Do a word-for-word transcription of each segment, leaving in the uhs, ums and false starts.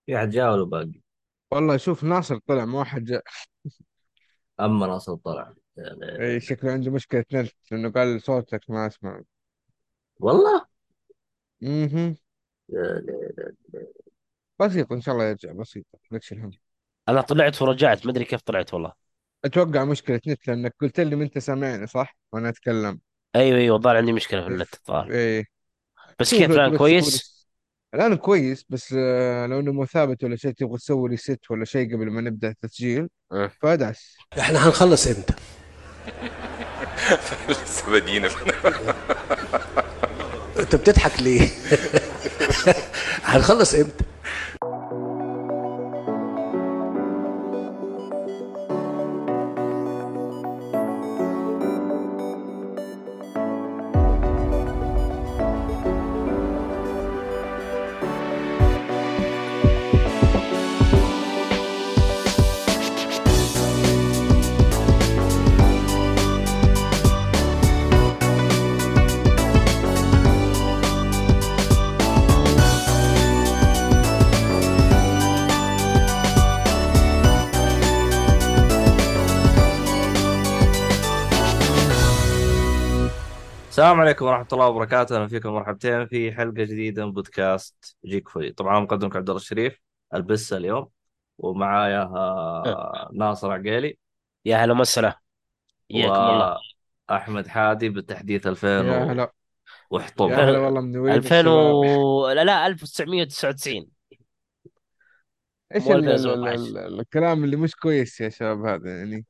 في حد جاء ولا باقي؟ والله شوف، ناصر طلع ما واحد جاء. اما ناصر طلع. لا لا لا إيه، لا. شكله عنده مشكلة نت لأنه قال صوتك ما أسمع. والله. اها. لا لا لا. بسيط إن شاء الله يرجع، بسيط لا تشيل هم. انا طلعت ورجعت، ما ادري كيف طلعت والله. أتوقع مشكلة نت لأنك قلت لي ما أنت سامعني صح وأنا أتكلم. ايوه ايوه، الظاهر عندي مشكله في النت إف- الظاهر. إيه. بس شوف كيف لو الان تبغى تسوي لي. كويس؟ الآن كويس، بس آه، لو إنه مو ثابت ولا شيء تبغى تسوي لي ست ولا شيء قبل ما نبدأ التسجيل أه. فادعس. احنا هنخلص امتى؟ لسه بادئين. انت بتضحك ليه؟ هنخلص امتى؟ السلام عليكم ورحمة الله وبركاته، أهلا فيكم مرحبتين في حلقة جديدة من بودكاست جيك فولي. طبعا أنا مقدمك عبد الله الشريف البسة اليوم، ومعايا أه. آه، ناصر عقيلي يا هلا وسهلا، حياكم الله. وأحمد حادي بالتحديث ألفين يا و- هلا. يا وحطمها. هلا ألفين. والله، منورين ألفين الشباب. و... لا لا، ألف وتسعمية وتسعة وتسعين، إيش مو ال ال ال ألفين وسبعة عشر. ال الكلام اللي مش كويس يا شباب هذا يعني؟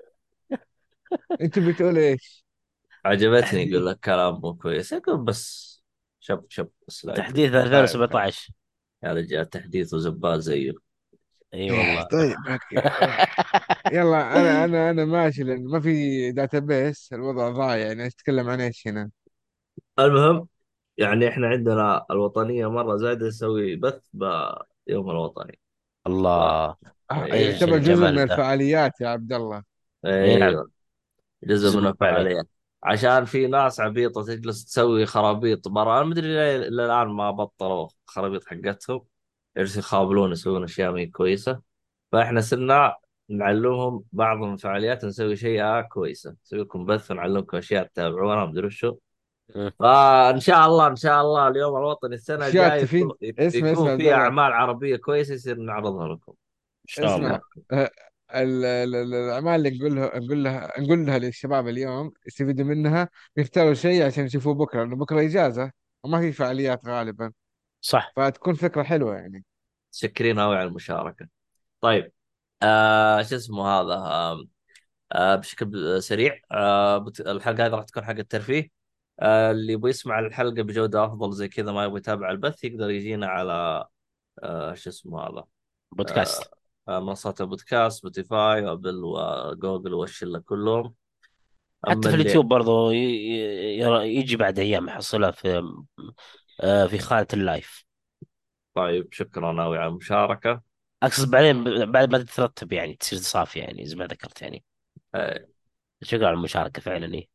أنتوا بتقولوا إيش؟ عجبتني، تحديث يقول لك كلام مو كويس، يقول بس شب شب بس لا يقول تحديث فاهم فاهم. ألفين وسبعة عشر. يا رجال تحديث وزبال زيه. اي إيه، والله. طيب اوكي. يلا انا انا انا ماشي لان ما في داتابيس، الوضع ضايع يعني. اتكلم عن ايش هنا؟ المهم، يعني احنا عندنا الوطنية مرة زايدة، نسوي بث بيوم الوطني. ف... الله، آه، ايش ايوه. يعتبر جزء من الجمال ده. الفعاليات يا عبد الله. اي نعم، ايوه، جزء جزء من من الفعالية. الفعاليات. عشان في ناس عبيطة تجلس تسوي خرابيط برا، انا مدري ليه الى الان ما بطلوا خرابيط حقتهم، يجلسوا يخابلون يسوون اشياء مي كويسة. فاحنا صرنا نعلمهم بعض من الفعاليات، نسوي شيء آه كويسة، نسوي لكم بث ونعلمكم اشياء تتابعونها مدري وشو. أه. فان شاء الله ان شاء الله اليوم الوطني السنة اشياء الجاية تفيد. يكون اسمع اسمع يكون يا عبد فيها الله. اعمال عربية كويسة يصير نعرضها لكم. ان شاء اسمع. الله. آه، ال- ال- ال- الاعمال اللي نقولها نقول لها نقول لها للشباب اليوم يستفيدوا منها، يختاروا شيء عشان يشوفوه بكره، لانه بكره اجازه وما في فعاليات غالبا. صح. فتكون فكره حلوه يعني. شكرين قوي على المشاركة. طيب، آه شو اسمه هذا، آه آه بشكل سريع، آه بت... الحلقة هذه راح تكون حلقة ترفيه. آه اللي يبغى يسمع الحلقة بجودة أفضل زي كذا، ما يبغى يتابع البث، يقدر يجينا على آه شو اسمه هذا، بودكاست. آه آه منصات البودكاست، سبوتيفاي وابل وجوجل والشلة كلهم. حتى أما في اللي اليوتيوب برضو ي- ي- يرى- يجي بعد ايام يحصلها في آه، في خانة اللايف. طيب، شكرا ناوي على المشاركة. اقصد بعدين ب- بعد ما تترتب يعني تصير صافية يعني زي ما ذكرت يعني. آه شكرا على المشاركة فعلا إيه.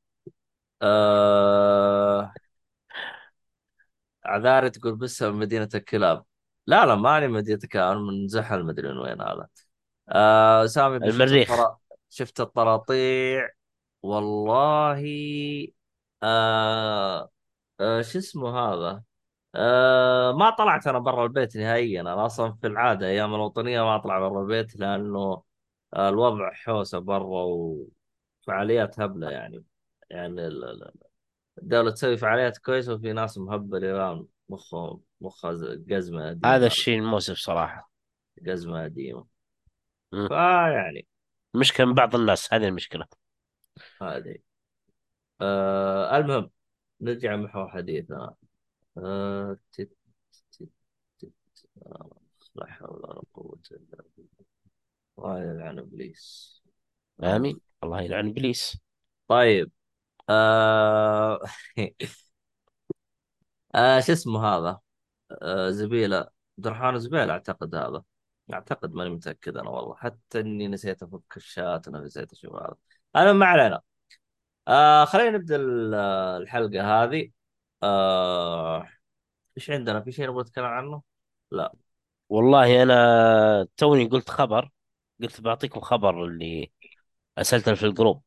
آه عذاري تقول بس من مدينة الكلاب. لا لا، ماني من مدينة الكلاب، أنا من زحل مدري من وين هذا. آه سامي يقول شفت المريخ. الطرا شفت الطراطيع. والله. آه آه شو اسمه هذا، آه ما طلعت انا برا البيت نهائيا. انا اصلا في العاده ايام الوطنيه ما اطلع برا البيت، لانه آه الوضع حوسه برا، وفعاليات هبله يعني. يعني ال- ال- الدوله تسوي فعاليات كويسه، وفي ناس مهبل الان مخه مخه قزمه هذا قديمه. الشيء المؤسف صراحة. قزمه قديمه. مم. فيعني المشكلة من بعض الناس، هذه المشكلة. هذه. آه المهم، نرجع محور حديثنا. آه تت تت تت آه لا حول ولا قوة إلا بالله. الله يلعن إبليس. آه. آمين، الله يلعن إبليس. طيب. آه آه شو اسمه هذا، آه زبيلة، عبد الرحمن زبيلة أعتقد هذا. أعتقد ماني متأكد أنا والله، حتى إني نسيت أفك الشات، أنا نسيت أشوف هذا. أنا ما علينا. آه خلينا نبدأ ال- الحلقة هذه. آه ايش عندنا، في شيء نبغى نتكلم عنه؟ لا. والله انا توني قلت خبر، قلت بعطيكم خبر اللي ارسلته في الجروب.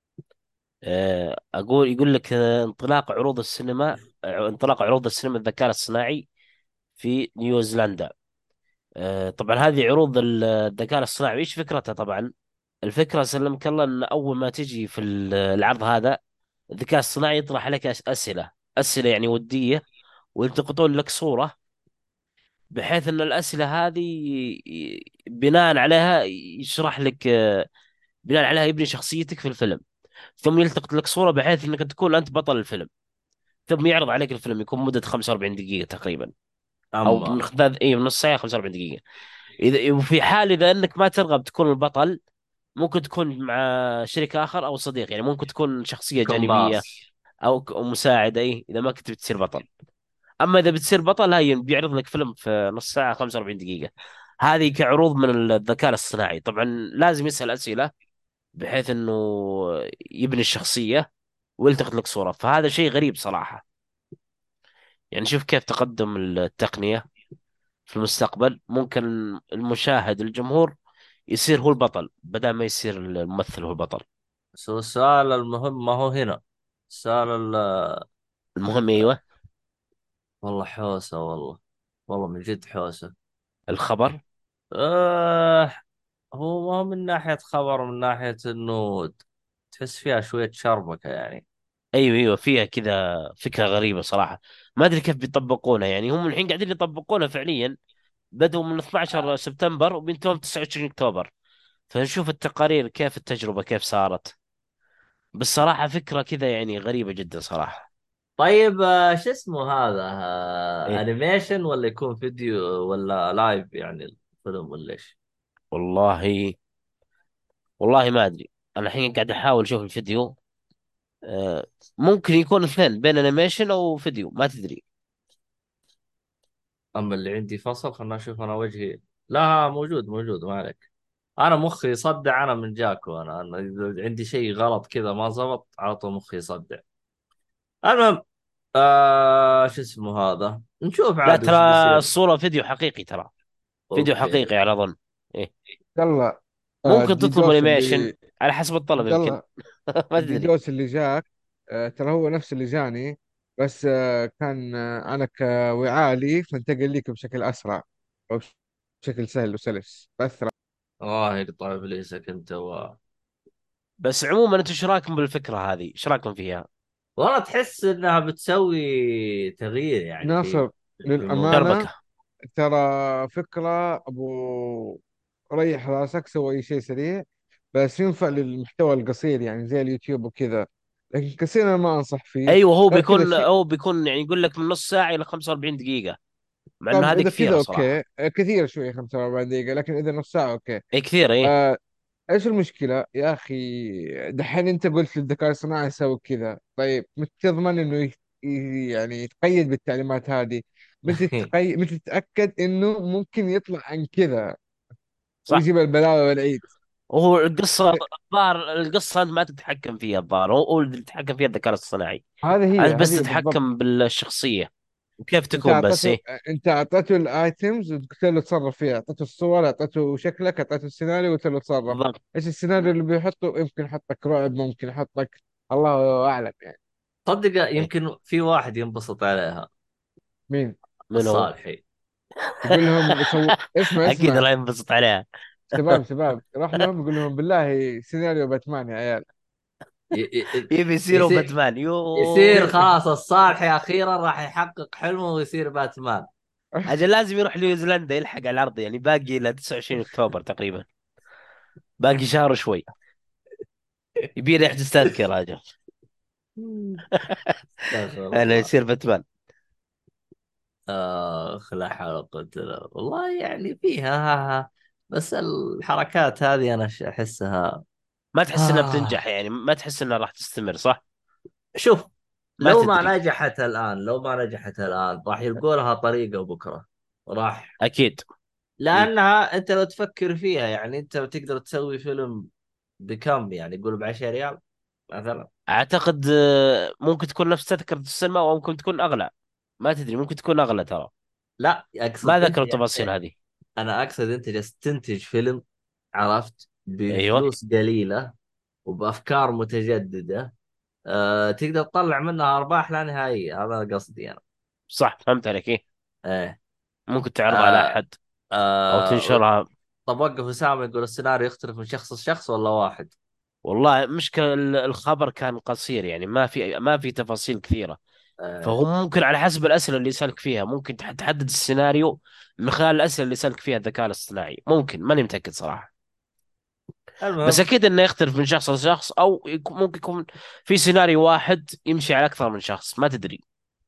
آه، اقول يقول لك آه، انطلاق عروض السينما، آه، انطلاق عروض السينما الذكاء الصناعي في نيوزيلندا. آه، طبعا هذه عروض ال- الذكاء الاصطناعي، ايش فكرتها؟ طبعا الفكره سلمك الله ان اول ما تجي في ال- العرض هذا، الذكاء الصناعي يطرح عليك أس- اسئله اسئله يعني وديه، ويلتقطون لك صوره، بحيث ان الاسئله هذه ي- بناء عليها يشرح لك، آه، بناء عليها يبني شخصيتك في الفيلم. ثم يلتقط لك صوره بحيث انك تكون انت بطل الفيلم، ثم يعرض عليك الفيلم، يكون مدة خمسة وأربعين دقيقة تقريبا، او من اما خلال اي من نص ساعة خمسة وأربعين دقيقة. اذا وفي حال اذا انك ما ترغب تكون البطل، ممكن تكون مع شريك اخر او صديق، يعني ممكن تكون شخصية جانبية كومبارس. اي. او ك- أو مساعد، اي اذا ما كنت بتصير بطل. اما اذا بتصير بطل، هاي بيعرض لك فيلم في نص ساعة خمسة وأربعين دقيقة. هذه كعروض من الذكاء الاصطناعي. طبعا لازم يسأل أسئلة بحيث انه يبني الشخصية ويلتقط لك صورة. فهذا شيء غريب صراحة. يعني شوف كيف تقدم التقنية. في المستقبل ممكن المشاهد الجمهور يصير هو البطل بدل ما يصير الممثل هو البطل. بس هو السؤال المهم ما هو هنا. السؤال ال- المهم ايوه. والله حوسه والله. والله من جد حوسه. الخبر. آه هو ما هو من ناحية خبر، من ناحية انه تحس فيها شوية شربكة يعني. ايوه ايوه فيها كذا فكره غريبه صراحه. ما ادري كيف بيطبقونها، يعني هم الحين قاعدين يطبقونها فعليا. بدوا من اثنا عشر سبتمبر وبينتهون تسعة وعشرين اكتوبر. فنشوف التقارير كيف التجربه كيف صارت. بالصراحه فكره كذا يعني غريبه جدا صراحه. طيب، آه، شو اسمه هذا، آه، ايه انيميشن ولا يكون فيديو ولا لايف يعني الفيلم ولا ايش؟ والله، والله ما ادري. انا الحين قاعد احاول اشوف الفيديو. آه، ممكن يكون اثنين، بين انيميشن او فيديو، ما تدري. اما اللي عندي فصل، خلنا اشوف انا وجهي. لا، موجود موجود، ما عليك. انا مخي يصدع، انا من جاكو، انا, أنا إذا عندي شيء غلط كذا ما زبط على طول مخي يصدع. المهم، آه شو اسمه هذا، نشوف لا عاد ترى وش بيصير. الصورة فيديو حقيقي ترى. فيديو اوكي. حقيقي على اظن. ايه. يلا. آه، ممكن تطلب الديدوس انيميشن اللي على حسب الطلب يمكن. يلا ما تدري. الديدوس اللي جاك، آه، ترى هو نفس اللي جاني. بس آه، كان آه، أنا كوعاء لي فانتقل ليك بشكل أسرع، أو بشكل سهل وسلس بأسرع. اه يقطع ابليسك انت و... بس عموما انتم ايش رايكم بالفكرة هذه؟ ايش رايكم فيها؟ والله تحس انها بتسوي تغيير يعني في ناصر، في موضوع. للأمانة شربكة. ترى فكرة أبو ريح راسك، سوى أي شيء سريع، بس ينفع للمحتوى القصير يعني زي اليوتيوب وكذا. لكن كثير أنا ما أنصح فيه. ايوه هو غير كذا بيكون شيء. هو بيكون يعني يقول لك من نص ساعة الى خمسة وأربعين دقيقة، مع انه طب هذه إذا كذا كثيرة أوكي، صراحة. آه، كثير شوية خمسة وأربعين دقيقة، لكن إذا نص ساعة أوكي. اي كثيرة ايه. آه، إيش المشكلة يا أخي؟ دحين أنت قلت للذكاء الصناعي يسوي كذا، طيب متى تضمن إنه ي- ي- يعني يتقيد بالتعليمات هذه؟ متى تتقيد، متى تتأكد إنه ممكن يطلع عن كذا صح. ويجيب البلاوي والعيد؟ وهو القصة الظاهر، القصة انت ما تتحكم فيها الظاهر، هو هو اللي يتحكم فيها الذكاء الاصطناعي. هذه هي، انت بس هذه هي بالضبط. تتحكم بالشخصية وكيف انت تكون بس اعطيته ايه. انت اعطيته الايتمز وقلت له تصرف فيها، اعطيته الصور، اعطيته شكلك، اعطيته السيناريو وقلت له تصرف. بالضبط. ايش السيناريو اللي بيحطه؟ يمكن يحطك رعب، ممكن يحطك، الله اعلم يعني. صدق إيه. يمكن في واحد ينبسط عليها. مين؟ من هو؟ الصالحي. يقول لهم سو، اسمع اكيد اسمع، الله ينبسط عليها. شباب شباب، راح لهم يقول لهم بالله سيناريو باتمان يا عيال. ي- ي- يبي يصيروا يصير باتمان يو. يصير خلاص الصالحي اخيرا راح يحقق حلمه ويصير باتمان. اجل لازم يروح نيوزيلندا يلحق على الارض، يعني باقي الى تسعة وعشرين اكتوبر تقريبا، باقي شهر وشوي. يبي له يحجز تذكرة اجل. استغفر انا الله. يصير باتمان. اخ، لا حول ولا قوة الا بالله. والله يعني فيها ها ها. بس الحركات هذه انا ش- احسها. ما تحس انها آه. بتنجح؟ يعني ما تحس انها راح تستمر صح؟ شوف، ما لو ما تدري. نجحت الان لو ما نجحت الان راح يلقوا لها طريقة بكرة. راح. اكيد. مم. لانها انت لو تفكر فيها يعني انت تقدر تسوي فيلم بكم، يعني يقول ب عشرة ريال مثلا. اعتقد آه، ممكن تكون نفس تذكرة السينما، او ممكن تكون اغلى. ما تدري، ممكن تكون اغلى ترى. لا، اقصد ما انت ذكروا يعني التفاصيل هذه. انا اقصد انت جالس تنتج فيلم، عرفت، ايوه بفلوس قليله وبافكار متجدده، أه تقدر تطلع منها ارباح لا نهائيه. هذا قصدي انا. صح، فهمت عليك. إيه؟ ايه. ممكن تعرضها على أه احد او أه تنشرها. طب وقف اسامه، يقول السيناريو يختلف من شخص لشخص ولا واحد؟ والله مشكلة ال- الخبر كان قصير، يعني ما في ما في تفاصيل كثيرة. أه فهو ممكن على حسب الأسئلة اللي يسألك فيها ممكن تح- تحدد السيناريو من خلال الأسئلة اللي يسألك فيها الذكاء الاصطناعي. ممكن، ماني متأكد صراحة. بس المهم. أكيد إنه يختلف من شخص لشخص، أو يكون- ممكن يكون في سيناريو واحد يمشي على أكثر من شخص، ما تدري.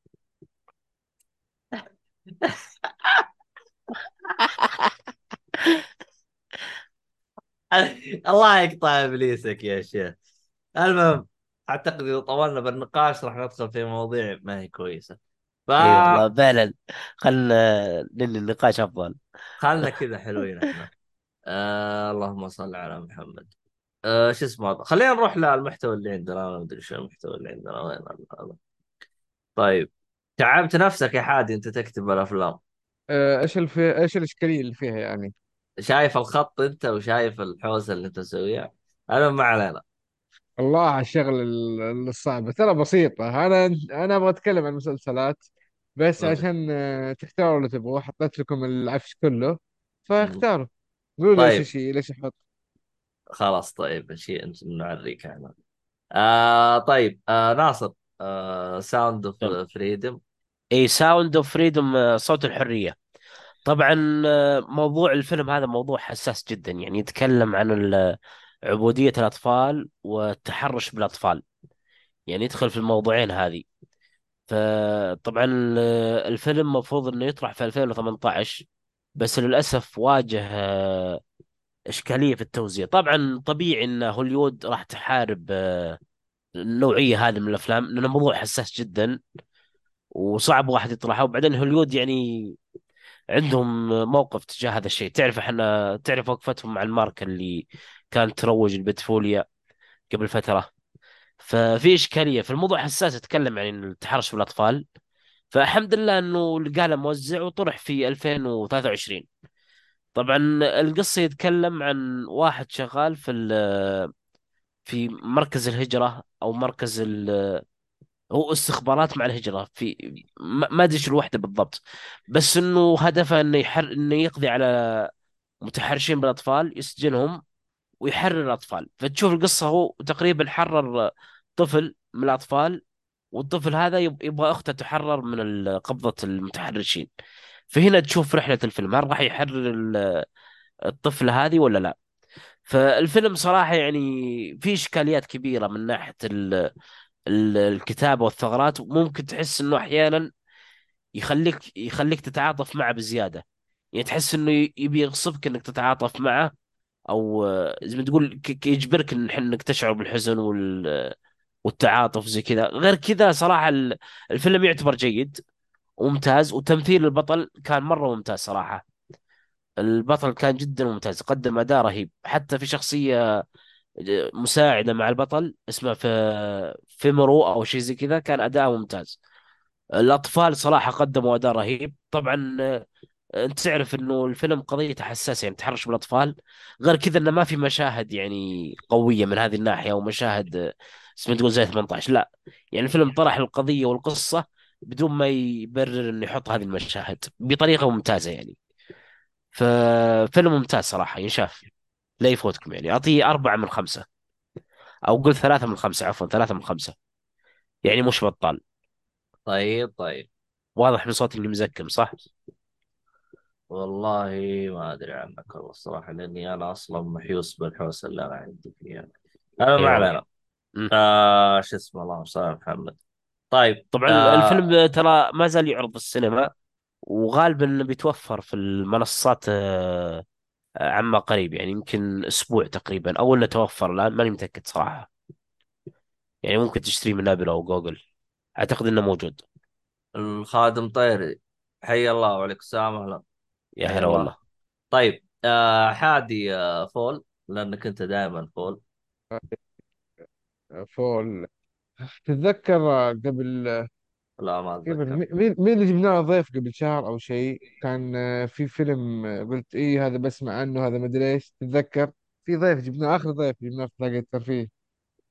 الله يقطع ابليسك يا شيخ. المهم، اعتقد اذا طولنا بالنقاش راح ندخل في مواضيع ما هي كويسه. اي والله فخلنا فعلا. خلنا ننهي النقاش أفضل. كذا حلوين احنا. آه اللهم صل على محمد. آه شو اسمه هذا، خلينا نروح للمحتوى اللي عندنا. انا ما ادري شو المحتوى اللي عندنا، وين هذا؟ طيب، تعبت نفسك يا حادي انت تكتب الافلام؟ آه، ايش الفي... ايش الاشكاليه اللي فيها يعني؟ شايف الخط انت وشايف الحوسه اللي انت تسويها؟ انا ما علينا. الله على الشغل ال- الصعبه، ترى بسيطه. انا انا ابغى اتكلم عن المسلسلات، بس مم. عشان آه، تختاروا اللي تبغوه حطيت لكم العفش كله، مم. فاختاروا. قولوا لي ايش طيب شيء ليش احط. خلاص، طيب شيء انت نعريك احنا. آه طيب، آه ناصر، آه ساوند اوف فريدم. اي، ساوند اوف فريدوم، صوت الحرية. طبعا آه، موضوع الفيلم هذا موضوع حساس جدا، يعني يتكلم عن ال- عبودية الأطفال والتحرش بالأطفال، يعني يدخل في الموضوعين هذه. فطبعا آه، الفيلم مفروض انه يطرح في ألفين وثمانية عشر، بس للأسف واجه آه، إشكالية في التوزيع. طبعا طبيعي ان هوليوود راح تحارب آه، النوعية هذه من الأفلام، لأنه موضوع حساس جدا وصعب واحد يطرحه. وبعدين هوليوود يعني عندهم موقف تجاه هذا الشيء. تعرف احنا تعرف وقفتهم مع الماركة اللي كانت تروج البتفوليا قبل فترة. ففي إشكالية في الموضوع، حساس، يتكلم عن التحرش بالأطفال. فالحمد لله انه لقى له موزع وطرح في ألفين وثلاثة وعشرين. طبعا القصة يتكلم عن واحد شغال في ال- في مركز الهجرة او مركز ال- هو استخبارات مع الهجرة في، ما ما ادري شو الوحدة بالضبط. بس انه هدفه انه يحر انه يقضي على متحرشين بالاطفال، يسجنهم ويحرر الاطفال. فتشوف القصة هو تقريبا حرر طفل من الاطفال، والطفل هذا يب- يبغى اخته تحرر من ال- قبضة المتحرشين. فهنا تشوف رحلة الفيلم، هل راح يحرر ال- الطفلة هذه ولا لا. فالفيلم صراحة يعني في إشكاليات كبيرة من ناحية ال ال الكتابة والثغرات، وممكن تحس إنه أحيانا يخليك يخليك تتعاطف معه بزيادة. يعني تحس إنه ي- يبي يغصبك إنك تتعاطف معه، أو آه، زي ما تقول ك- ك- يجبرك إن- إنك تشعر بالحزن وال والتعاطف زي كذا. غير كذا صراحة ال- الفيلم يعتبر جيد وممتاز، وتمثيل البطل كان مرة ممتاز صراحة. البطل كان جدا ممتاز، قدم أداء رهيب. حتى في شخصية مساعدة مع البطل اسمها في فيمرو أو شيء زي كذا، كان أداء ممتاز. الأطفال صراحة قدموا أداء رهيب. طبعا آه، أنت تعرف إنه الفيلم قضيته حساسة، يعني تحرش بالأطفال. غير كذا إنه ما في مشاهد يعني قوية من هذه الناحية، أو مشاهد آه، اسمه تقول زي ثمانية عشر، لا. يعني الفيلم طرح القضية والقصة بدون ما يبرر إنه يحط هذه المشاهد بطريقة ممتازة يعني. ففيلم ممتاز صراحة ينشاف، لا يفوتكم. يعني أعطيه أربعة من خمسة، أو قل ثلاثة من خمسة، عفوا ثلاثة من خمسة. يعني مش بطال. طيب طيب. واضح من صوتي إني مزكم، صح؟ والله ما ادري عنك والله الصراحه، لاني انا اصلا محيوس بالحوسه اللي انا عندي فيها. انا أي ما والله. علينا. مم. آه شو اسمه، اللهم صل على محمد. طيب. طبعا آه الفيلم ترى ما زال يعرض في السينما، وغالبا بيتوفر في المنصات آه، عما قريب، يعني يمكن أسبوع تقريبا، أو إنه توفر الآن، ماني متأكد صراحة. يعني ممكن تشتريه من أبل أو جوجل، أعتقد إنه موجود. الخادم طيري، حي الله وعليك السلام، اهلا. يا حي هلا الله. والله. طيب، آه حادي، آه فول، لانك انت دائما فول. فول. تتذكر قبل لا ما تقريبا اتذكر. مي- مين مين اللي جبناه ضيف قبل شهر او شيء، كان آه، في فيلم، آه، قلت ايه هذا بسمع عنه، هذا مدري ايش، تتذكر؟ في ضيف جبناه، اخر ضيف جبناه في حلقة الترفيه.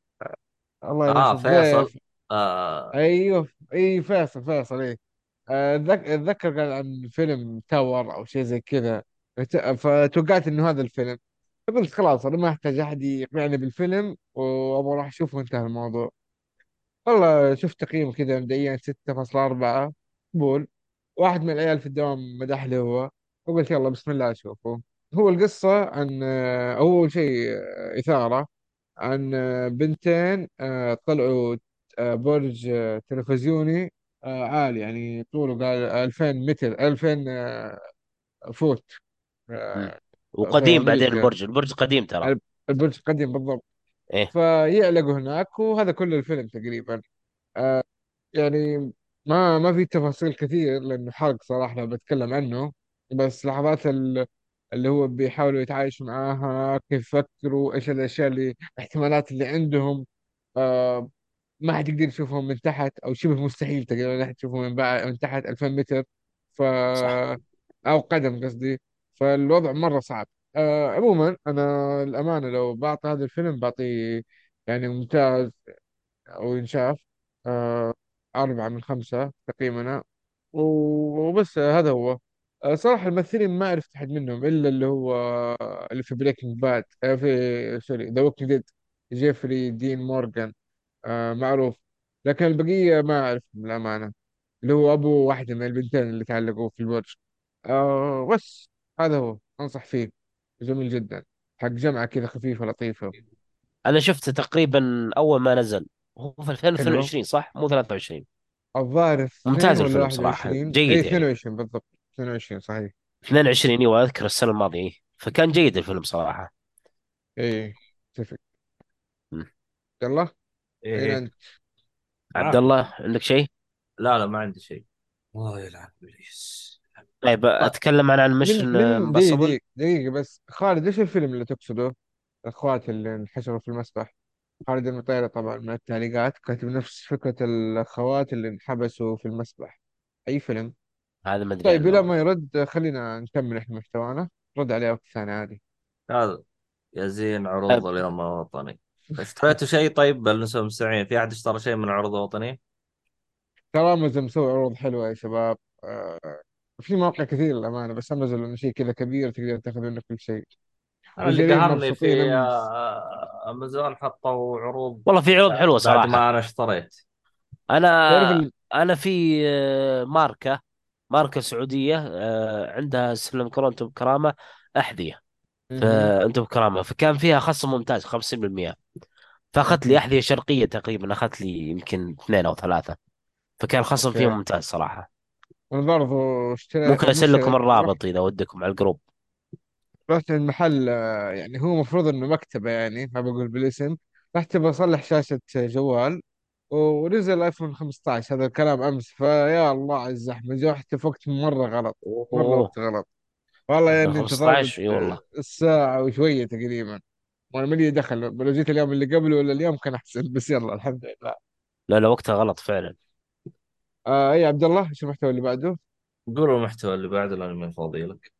الله اه ينسى فيصل. الضيف. آه. ايوه اي فيصل، فيصل ايه. آه، أتذك- اتذكر قال عن فيلم تاور او شيء زي كذا. فت- فتوقعت انه هذا الفيلم. فقلت خلاص انا ما احتاج احد يقنعني بالفيلم، وابغى اروح اشوفه وانتهى الموضوع. والله شفت تقييم كذا مبدئيا ستة فاصلة أربعة. قبول. واحد من العيال في الدوام مدح لي هو، وقلت يلا بسم الله اشوفه. هو القصة عن آه، أول شيء آه، إثارة، عن آه، بنتين آه، طلعوا آه، برج آه، تلفزيوني آه، عالي، يعني طوله قال ألفين متر، ألفين آه، فوت. مم. آه، في وقديم بعدين أمريكا. البرج البرج قديم ترى. البرج قديم بالضبط. ايه. فيعلقوا هناك، وهذا كل الفيلم تقريبا. آه، يعني ما ما في تفاصيل كثير لأنه حرق صراحة لو بتكلم عنه. بس لحظات ال- اللي هو بيحاولوا يتعايشوا معاها، كيف يفكروا، ايش الاشياء اللي الاحتمالات اللي عندهم. آه ما حتقدر تشوفهم من تحت، او شبه مستحيل تقدر لا تشوفهم من بعد من تحت ألفين متر. ف صح. او قدم قصدي. فالوضع مرة صعب. آه عموما انا الامانة لو بعطي هذا الفيلم بعطيه يعني ممتاز، أو ينشاف. آه أربعة من خمسة تقييمنا. و- وبس هذا هو. آه صراحة الممثلين ما عرفت أحد منهم إلا اللي هو اللي في بريكنج باد، آه في سوري ذا ووكينج ديد. جيفري دين مورغان. آه معروف. لكن البقية ما أعرف بالأمانة. اللي هو أبو واحدة من البنتين اللي تعلقوا في البرج. آه بس هذا هو، أنصح فيه. جميل جدا. حق جمعة كذا خفيفة لطيفة. انا شفته تقريبا اول ما نزل، هو في حلوة. ألفين واثنين وعشرين صح مو ثلاثة وعشرين. الظاهر اثنين ممتاز ولا الفيلم صراحة، واحد وعشرين، اي جيد يعني. اثنين وعشرين بالضبط. اثنين وعشرين صحيح. اثنين وعشرين ايوه اذكر السنة الماضية إيه. فكان جيد الفيلم صراحة. اي اتفق. مم. يلا. ايه اين ايه. انت؟ عبد معاك. الله عندك شيء؟ لا لا ما عندي شيء. الله يلعن ابليس. طيب آه. اتكلم عن من ميشن من دقيقة امبوسيبل. دقيقة دقيقة بس، خالد ايش الفيلم اللي تقصده؟ الاخوات اللي انحشروا في المسبح. خالد المطيرة طبعا من التعليقات كاتب نفس فكرة الاخوات اللي انحبسوا في المسبح. اي فيلم؟ هذا ما ادري طيب عنه بلا والله. ما يرد خلينا نكمل احنا محتوانا. رد عليه وقت ثاني عادي. هذا يزين عروض طيب اليوم الوطني. اشتريتوا شيء طيب بالنسبة للمستمعين؟ في أحد اشترى شيء من العروض الوطنية؟ ترى امازون مسوي عروض حلوة يا شباب. آه في مواقع كثير للأمانة، بس امازون لأنه شيء كذا كبير تقدر تاخذ منه كل شيء. أنا اللي وجرير قهرني مبسوطين في امس. آه، أمازون حطوا عروض والله في عروض حلوة بعد صراحة. ما أنا اشتريت. انا تعرف ال... انا في آه، ماركة ماركة سعودية آه، عندها سلم كرة انتم بكرامة أحذية. مهم. فانتم بكرامة فكان فيها خصم ممتاز خمسين بالمئة. فاخذت لي اوكي. أحذية شرقية تقريبا، اخذت لي يمكن اثنين او ثلاثة. فكان خصم فيهم اوكي. ممتاز صراحة. انا برضو اشتريت، ممكن مو ارسل لكم اشتريت، رحت. الرابط اذا ودكم على الجروب. رحت المحل، آه، يعني هو مفروض انه مكتبة، يعني ما بقول بالاسم. رحت بصلح شاشة جوال، ونزل ايفون خمسة عشر، هذا الكلام امس. فيا الله على الزحمة، رحت في وقت مرة غلط. مرة اوه. وقت غلط. والله ألفين يعني وخمسة انتظرت عشر اي آه، والله. الساعة وشوية تقريبا. وانا مالي دخل لو جيت اليوم اللي قبله ولا اليوم كان احسن، بس يلا الحمد لله. لا لا وقتها غلط فعلا. آه اي عبد الله، ايش المحتوى اللي بعده؟ قولوا المحتوى اللي بعده لأني من فاضي لك.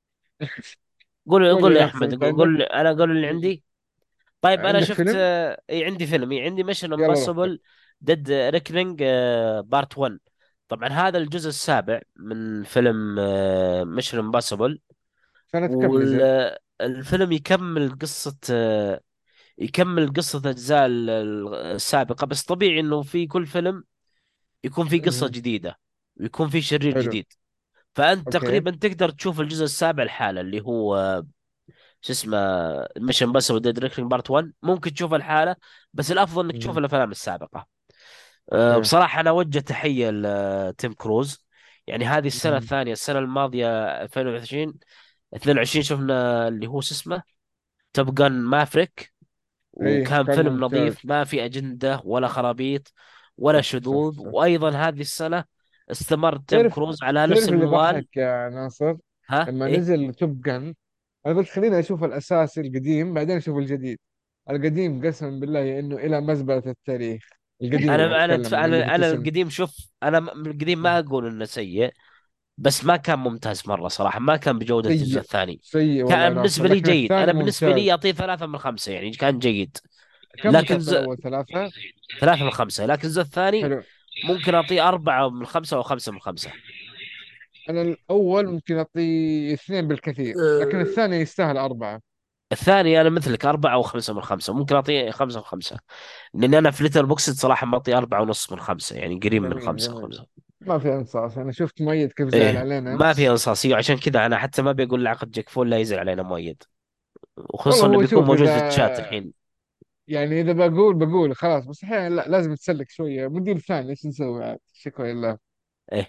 قول قول قول لي لي يا نفسك احمد، انت قول عندك. لي انا، قول اللي عندي. طيب انا عندك شفت فيلم؟ آه، اي عندي فيلم، اي عندي ميشن يلا روح. امبوسيبل ديد ريكنينج بارت واحد. طبعا هذا الجزء السابع من فيلم ميشن امبوسيبل. سنة كم نزل؟ والفيلم يكمل قصة آه، يكمل قصة أجزاء ال- ال- السابقة. بس طبيعي إنه في كل فيلم يكون في قصة مهم. جديدة ويكون في شرير حلو. جديد. فأنت اوكي. تقريبا تقدر تشوف الجزء السابع الحالة اللي هو آه، شو اسمه ميشن بس وديد ريكنينج بارت واحد، ممكن تشوف الحالة. بس الأفضل إنك تشوف مهم. الأفلام السابقة. أه، اوكي. بصراحة أنا أوجه تحية لتيم كروز. يعني هذه السنة مهم. الثانية، السنة الماضية ألفين وعشرين اثنين وعشرين شفنا اللي هو شو اسمه توب جان مافريك. ايه وكان كان فيلم ممتاز. نظيف، ما في أجندة ولا خرابيط ولا صح صح شذوذ. صح. وأيضا هذه السنة استمر تيم تعرف كروز على نفس تعرف اللي المنوال. ضحك يا ناصر؟ ها لما إيه. نزل توب جن، انا قلت خليني اشوف الاساسي القديم بعدين اشوف الجديد. القديم قسما بالله انه الى مزبلة التاريخ. القديم يعني انا انا اتكلم عن اللي في انا انا التسعين. القديم، شوف انا م- القديم ما اقول انه سيء، بس ما كان ممتاز مره صراحه، ما كان بجوده الجزء سيء، الثاني. سيء والله كان ناصر، بالنسبه لي لكن جيد، الثاني انا بالنسبه لي ممتاز. اعطيه ثلاثة من خمسة، يعني كان جيد. كم لكن تعطي ز... الأول؟ ثلاثة. ثلاثة من خمسة، لكن الجزء الثاني حلو. ممكن اعطيه أربعة من خمسة او خمسة من خمسة. أنا الأول ممكن أعطيه اثنين بالكثير، لكن آه، الثاني يستاهل أربعة. الثاني انا مثلك أربعة او خمسة من خمسة، ممكن اعطيه خمسة من خمسة، لاني انا في ليتر بوكس صراحة معطيه أربعة ونص من خمسة، يعني قريب من جميل خمسة جميل. خمسة. ما في انصاص، أنا شفت مؤيد كيف زعل ايه علينا ما في أمس. انصاصية، وعشان كذا انا حتى ما بيقول لعقد جاك فول لا يزعل علينا مؤيد، وخصوصا والله انه هو بيكون شوف، إذا موجود في الشات الحين. يعني إذا بقول بقول خلاص، بس أحيانا لا، لازم تسلك شوية، مدير ثاني إيش نسوي عاد، شكرا لله. ايه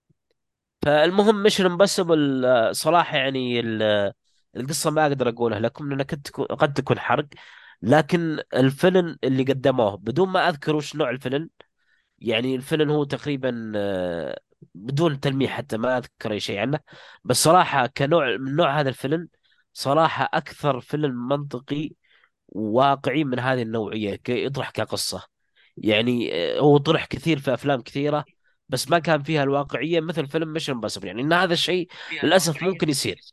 فالمهم ميشن امبوسيبل صراحة يعني ال- القصة ما اقدر اقولها لكم لانها قد تكون قد تكون حرق، لكن الفيلم اللي قدموه بدون ما اذكر وش نوع الفيلم، يعني الفيلم هو تقريبا آه، بدون تلميح حتى ما اذكر اي شيء عنه، بس صراحة كنوع من نوع هذا الفيلم، صراحة اكثر فيلم منطقي وواقعي من هذه النوعية، ك- يطرح كقصة. يعني آه، هو طرح كثير في افلام كثيرة، بس ما كان فيها الواقعية مثل فيلم ميشن امبوسيبل، يعني ان هذا الشيء للاسف ممكن يصير.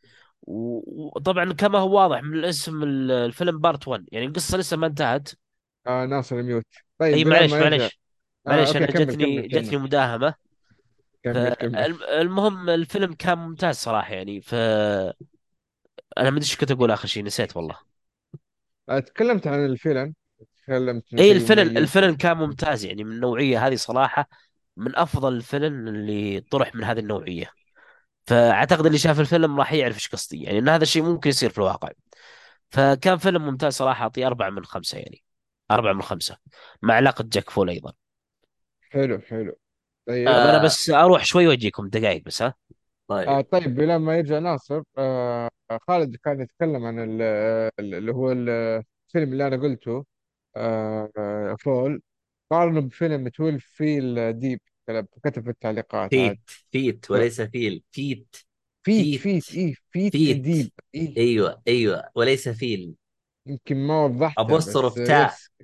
و- وطبعا كما هو واضح من الاسم ال- الفيلم بارت واحد، يعني القصة لسه ما انتهت. آه ناصر ميوت. طيب اي بلا معليش ما يرجع. معليش آه معليش أوكي، انا كمل كمل جتني كمل. جتني مداهمة. كمل كمل. فالمهم الفيلم كان ممتاز صراحة، يعني ف انا ما ادري ايش كنت اقول اخر شيء، نسيت والله. آه تكلمت عن الفيلم، تكلمت إنه اي شيء الفيلم مميز. الفيلم كان ممتاز، يعني من النوعية هذه صراحة، من افضل الفيلم اللي طرح من هذه النوعية. فاعتقد اللي شاف الفيلم راح يعرف ايش قصدي، يعني ان هذا الشيء ممكن يصير في الواقع. فكان فيلم ممتاز صراحة، اعطيه أربعة من خمسة يعني، أربعة من خمسة، مع علاقة جاك فول أيضا. حلو حلو. طيب. طيب أنا آه، بس أروح شوي وأجيكم دقائق بس، ها. آه طيب. طيب بلا ما يرجع ناصر، آه خالد كان يتكلم عن ال- ال- اللي هو الفيلم اللي أنا قلته، آه آه، فول. قارنه بفيلم تويلف فيل ديب، كتب في التعليقات عاد. فيت فيت وليس فيل، فيت. فيت فيت فيت إيه، فيت فيت. ديب إيه. ايوه ايوه وليس فيل. يمكن ما وضحتها بس ابوستروف تاء. يس.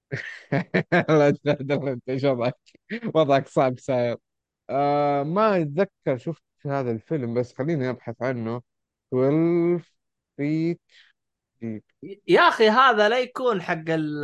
لا تهدر انت، ايش وضعك؟ وضعك صعب صاير. آه ما اتذكر شفت هذا الفيلم، بس خليني ابحث عنه. اثنا عشر فيت ديب. يا اخي هذا لا يكون حق ال-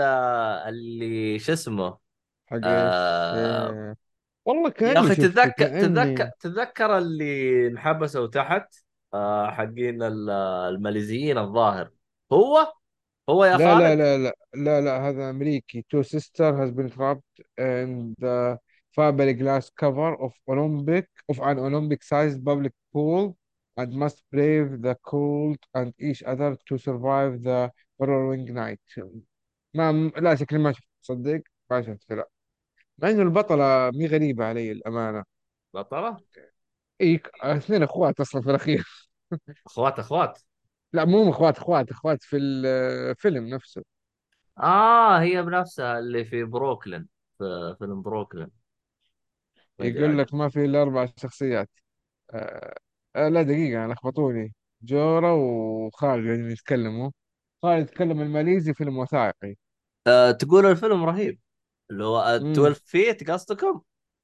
اللي شو اسمه. حق ايش؟ آه آه والله يا كأني اخي شفته، تتذكر تتذكر كأني. تتذكر اللي انحبسوا تحت، آه حقين ال- الماليزيين الظاهر. هو هو يا لا لا خالد. لا لا لا لا، هذا أمريكي. Two sister has been trapped in the fiberglass cover of Olympic of an Olympic-sized public pool and must brave the cold and each other to survive the following night. ما لا شكلي ما شفت، تصدق ما شفت لا. مع إنه البطلة مي غريبة علي الأمانة. بطلة. إيه، اثنين أخوات أصلا في الأخير. اخوات اخوات. لا مو أخوات، أخوات أخوات في الفيلم نفسه. اه هي بنفسها اللي في بروكلين، في فيلم بروكلين. ما ادري يقول عاد. لك ما في إلا أربع شخصيات. آه آه لا دقيقة، أنا لخبطوني. جورا وخالد قاعدين يتكلموا. خالد يتكلم الماليزي، فيلم وثائقي. آه تقول الفيلم رهيب، اللي هو امم اثنا عشر فيت قصدكم؟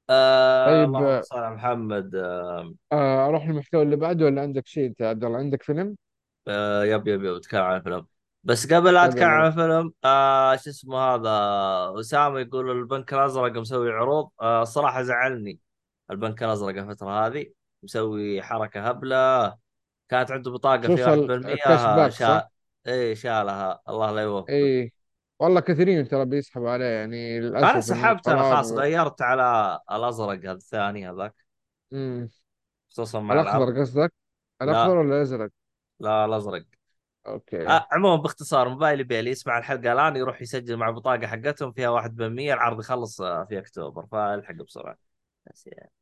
آه طيب. اللهم آه صل على محمد. آه آه، أروح للمحتوى اللي بعده ولا عندك شيء أنت يا عبد الله؟ عندك فيلم؟ آه يب يب يب اتكلم عن الفيلم. بس قبل لا طيب اتكلم يلا. عن الفيلم، آه شو اسمه هذا، اسامه يقول البنك الازرق مسوي عروض. آه الصراحه زعلني البنك الازرق الفتره هذه، مسوي حركه هبله. كانت عنده بطاقه فيها خصوصا الكاش واحد بالمية باك صح؟ شا ايه شالها، الله لا يوفقه. إيه والله كثيرين ترى بيسحبوا عليه، يعني انا للأسف إنه سحبت، انا خلاص القرار. غيرت على الازرق هذا الثاني هذاك، امم خصوصا مع العرض. الأخضر قصدك؟ الأخضر لا ولا الأزرق؟ لا الازرق. أوكي. آه عموما باختصار، موبايلي بيلي يسمع الحلقه الان يروح يسجل مع بطاقه حقتهم فيها واحد بالمية، العرض يخلص آه، في اكتوبر، فالحق بسرعه. بس يعني.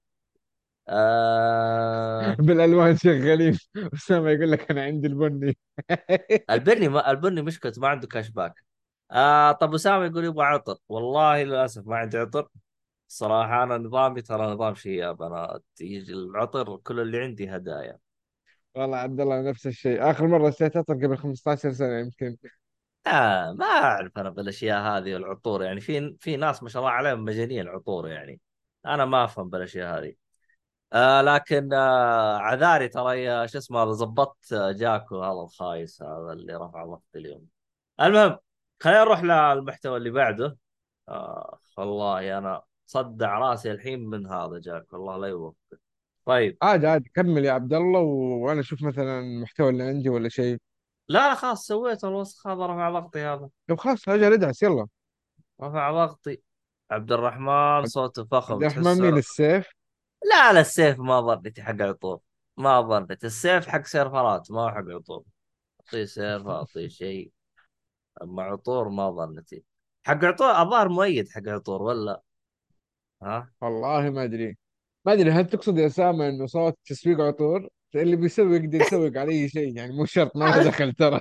آه بالألوان شغالين. أسامة يقول لك أنا عندي البني. البني ما البني مشكلته ما عنده كاش باك. آه طب اسامه يقول يبغى عطر، والله للاسف ما عندي عطر. الصراحه انا نظامي ترى نظام شياب، انا يجي العطر كل اللي عندي هدايا. والله عبد الله نفس الشيء، آخر مرة اشتريت عطر قبل خمسة عشر سنة يمكن. آه ما اعرف انا بالاشياء هذه والعطور، يعني في في ناس ما شاء الله عليهم مجانين عطور يعني. انا ما افهم بالاشياء هذه. آه لكن آه عذاري ترى يا شو اسمه هذا، ظبطت آه، جاكو هذا الخايس هذا اللي رفع ضغط اليوم. المهم، خلينا نروح للمحتوى اللي بعده. آه والله انا صدع راسي الحين من هذا جاكو، الله لا يوفقك. طيب. عادي عادي، كمل يا عبد الله، و- وانا اشوف مثلا المحتوى اللي عندي ولا شيء. لا لا خلاص سويت الوسخ هذا، رفع ضغطي هذا. طب خلاص اجل ادعس يلا. رفع ضغطي. عبد الرحمن صوته عبد فخم الرحمن تحسه. مين السيف؟ لا لا السيف ما ظنيتي حق عطور. ما ظنيت السيف حق سيرفرات، ما هو حق عطور. اعطيه سيرف اعطيه شيء. اما عطور ما ظنيتي. حق عطور الظاهر مؤيد حق عطور ولا؟ ها. والله ما ادري. ما ادري، هل تقصد يا اسامه انه صوت تسويق عطور؟ اللي بيسوق يقدر يسوق على اي شيء يعني، مو شرط، ما له دخل ترى.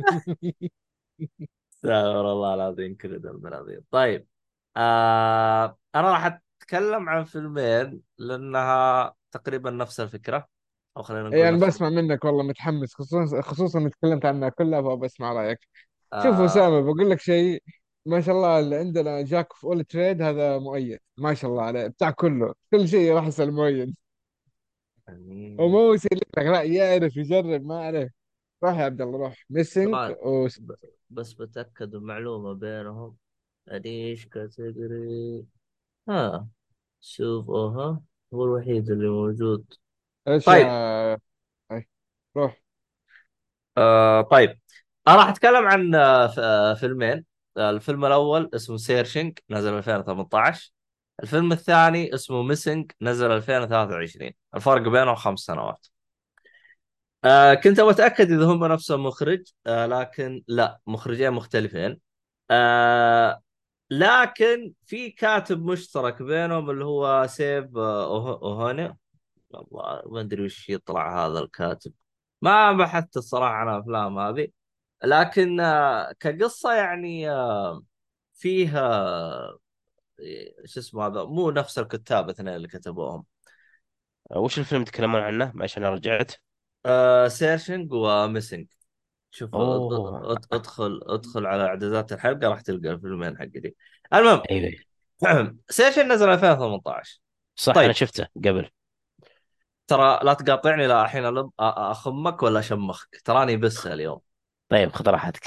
استغفر الله العظيم، كل ذنب عظيم. طيب. آه انا راح اتكلم عن فيلمين لانها تقريبا نفس الفكره، او خلينا نقول يعني نفس. بسمع منك والله، متحمس، خصوصا خصوصا انك تكلمت عنها كلها، فابى اسمع رايك. شوف آه اسامه، بقول لك شيء. ما شاء الله اللي عندنا جاك في اول تريد هذا مؤيد، ما شاء الله عليه، بتاع كله كل شيء راح يسال مؤيد. ومو يسلك لك، لا يعرف يجرب، ما عليه. روح يا عبد الله، روح ميسنج طبعا. و... ب- بس بتأكد المعلومة بينهم. أديش كاتيجوري. ها. شوف أوها. هو الوحيد اللي موجود. ايش طيب. يا أي. روح. آه طيب. أنا راح أتكلم عن آه ف- آه فيلمين. آه الفيلم الأول اسمه سيرشنج نزل ألفين وثمانية عشر. الفيلم الثاني اسمه ميسنج نزل ألفين وثلاثة وعشرين. الفرق بينهم خمس سنوات. آه كنت أبغى أتأكد إذا هم نفس المخرج، آه لكن لا، مخرجين مختلفين. آه لكن في كاتب مشترك بينهم اللي هو سيف آه، أوه- اوهاني. والله ما ادري وش يطلع هذا الكاتب. ما بحثت الصراحه عن الافلام هذه. لكن آه، كقصه يعني آه، فيها آه، شو اسمه هذا، مو نفس الكتاب اثنين اللي كتبوهم. وش الفيلم تتكلمون عنه عشان أنا رجعت؟ آه سيرشنج وميسنج. شوف اد- اوه. اد- ادخل ادخل على اعدادات الحلقه راح تلقى الفيلمين حق دي. المهم. ايوه. سيرشنج نزل ألفين وثمانية عشر. صح، انا طيب. شفته قبل. ترى لا تقاطعني، لا الحين ألب- أ- اخمك ولا اشمخك، تراني بس اليوم. طيب خذ راحتك.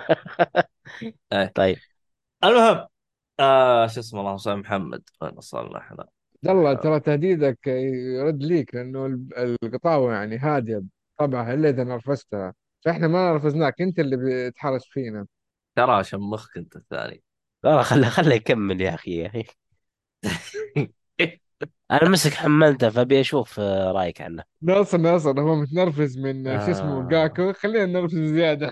ايه. طيب. المهم. آه شو اسمه، اللهم صل على محمد، وين وصلنا احنا؟ عبد الله ترى تهديدك يرد ليك، لانه ال- القطاوه يعني هاديه طبعا، الا اذا نرفزتها. فاحنا ما نرفزناك، انت اللي بتحرش فينا. ترى شمخك انت الثاني. لا خله خله يكمل يا اخي يا اخي. انا مسك حملته فابي اشوف آه، رايك عنه. ناصر ناصر هو متنرفز من شو اسمه آه. جاكو، خلينا نرفز زياده.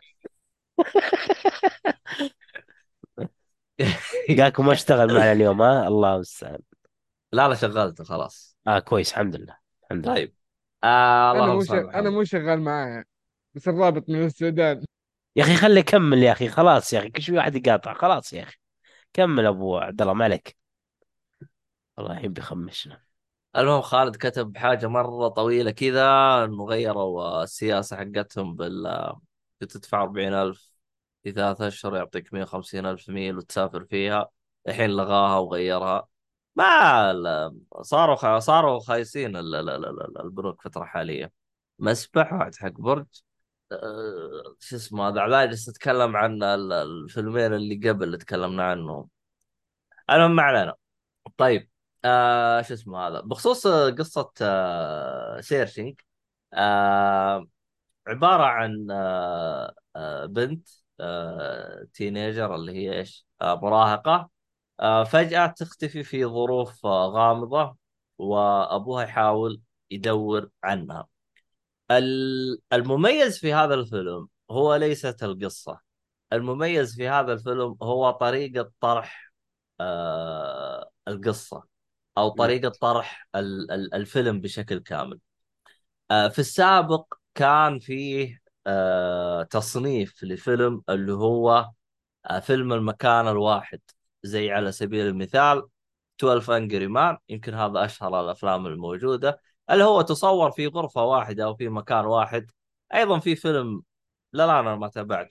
جاكو ما اشتغل معنا اليوم، ها الله المستعان. لا لا شغلته خلاص. اه كويس، الحمد لله. الحمد لله. طيب. آه انا اللهم مو صل شغ... على انا محمد. مو شغال معاه، بس الرابط من السودان. يا اخي خليه يكمل يا اخي، خلاص يا اخي كل شوي واحد يقاطع، خلاص يا اخي. كمل ابو عبد الله، ما عليك. والله الحين بيخمشنا. المهم خالد كتب حاجة مرة طويلة كذا، انه غيروا السياسة حقتهم بال تدفع أربعين ألف في ثلاثة أشهر يعطيك مية وخمسين ألف ميل وتسافر فيها. الحين لغاها وغيرها. ما ال- صاروا خ... صاروا خايسين ال... ال... ال... ال- البنوك فترة حالية. مسبح واحد حق برج. أه... شو اسمه هذا، علاج جالس اتكلم عن ال- الفيلمين اللي قبل اللي تكلمنا عنهم. المهم ما علينا. طيب. آه شو اسمه هذا بخصوص قصة آه سيرشنج. آه عبارة عن آه، آه، بنت آه، تينيجر اللي هي ايش آه، مراهقة. آه، فجأة تختفي في ظروف آه، غامضة. وأبوها يحاول يدور عنها. ال- المميز في هذا الفيلم هو ليست القصة. المميز في هذا الفيلم هو طريقة طرح آه، القصة، أو مم. طريقة طرح ال- ال- الفيلم بشكل كامل. آه، في السابق كان فيه آه، تصنيف لفيلم اللي هو آه، فيلم المكان الواحد. زي على سبيل المثال اثنا عشر Angry Man، يمكن هذا أشهر الأفلام الموجودة، اللي هو تصور في غرفة واحدة أو في مكان واحد. أيضا في فيلم، لا لا أنا ما تابعته،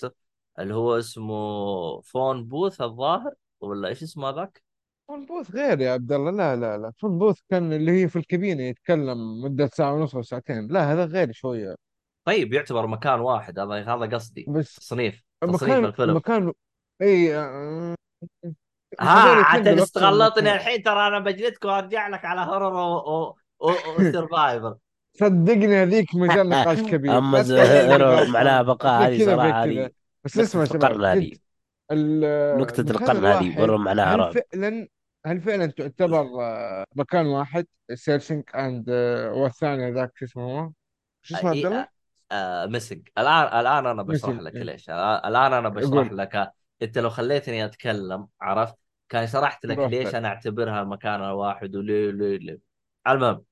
اللي هو اسمه فون بوث الظاهر، ولا ايش اسمه هذاك؟ فون بوث غير يا عبد الله، لا لا لا، فون بوث كان اللي هي في الكابينة يتكلم مدة ساعة ونص أو ساعتين، لا هذا غير شوية. طيب يعتبر مكان واحد، هذا هذا قصدي. بس تصنيف تصنيف المكان الفيلم. المكان اي آه، ها، هذول عاد يتنقلوا أكثر من استغلطني مكان. الحين، ترى انا بجلدك وارجع لك على هورر وسرفايفر. صدقني هذيك مجال نقاش كبير، اما لا تخليه ايرور نقاش معناها عام، بقاء، احنا هذه كذا صراحه بكذا. هذه بس اسمع نكتة يا شباب القرن هذه. جد، ال- نكتة المكان القرن هذه الواحد، برا معناها هل رعب. فعلا هل فعلا تعتبر آه، مكان واحد سيرشنج اند، والثاني ذاك شو اسمه هو، شو اسمه عبد اي الله؟ آه، مسج. الان الان انا بشرح مسج لك إيه. ليش. الان انا بشرح يقول لك. انت لو خليتني اتكلم، عرفت، كان شرحت لك ليش براحتك. انا اعتبرها مكان واحد وليه ليه ليه. المهم،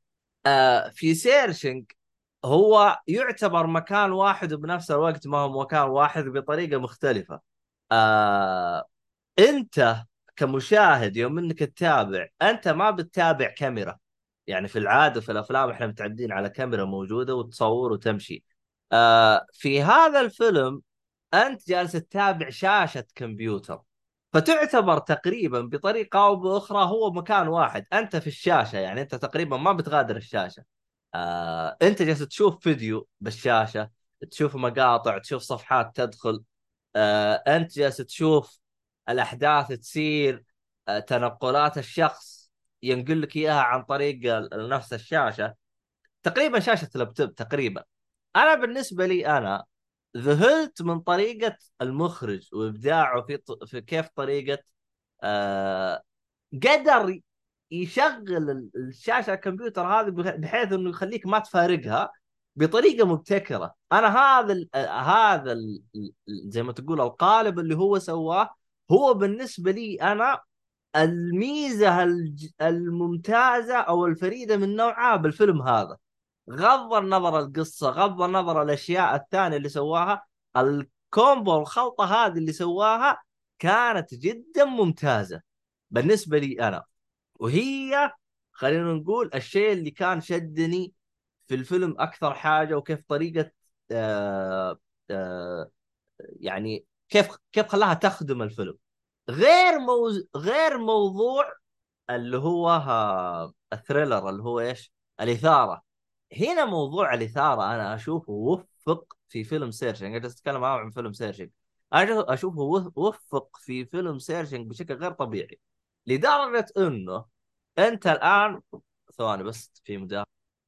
آه في سيرشنج هو يعتبر مكان واحد، وبنفس الوقت ما هو مكان واحد بطريقة مختلفة. آه انت كمشاهد يوم انك تتابع، انت ما بتتابع كاميرا. يعني في العادة في الافلام احنا متعودين على كاميرا موجودة وتصور وتمشي. آه في هذا الفيلم انت جالس تتابع شاشة كمبيوتر، فتعتبر تقريبا بطريقة او باخرى هو مكان واحد. انت في الشاشة، يعني انت تقريبا ما بتغادر الشاشة. آه انت جالس تشوف فيديو بالشاشة، تشوف مقاطع، تشوف صفحات تدخل. آه انت جالس تشوف الاحداث تصير، آه تنقلات الشخص ينقل لك اياها عن طريق ال- نفس الشاشة. تقريبا شاشة لابتوب تقريبا. انا بالنسبة لي انا ذهلت من طريقة المخرج وابداعه في, ط... في كيف طريقة آه قدر يشغل ال- الشاشه الكمبيوتر هذه بح- بحيث انه يخليك ما تفارقها بطريقه مبتكره. انا هذا ال هذا ال زي ما تقول القالب اللي هو سواه، هو بالنسبه لي انا الميزه الج- الممتازه او الفريده من نوعها بالفيلم هذا. غض النظر القصه، غض النظر الاشياء الثانيه اللي سواها، الكومبو الخلطه هذه اللي سواها كانت جدا ممتازه بالنسبه لي انا. وهي خلينا نقول الشيء اللي كان شدني في الفيلم اكثر حاجه، وكيف طريقه آه آه يعني كيف كيف خلاها تخدم الفيلم. غير موز... غير موضوع اللي هو ها... الثريلر اللي هو ايش، الاثاره. هنا موضوع الاثاره انا اشوفه وفق في فيلم سيرشنج. انا جالس اتكلم معاهم عن فيلم سيرشنج. انا اشوفه وف- وفق في فيلم سيرشنج بشكل غير طبيعي، لدرجه انه انت الان، ثواني بس في مداهمه.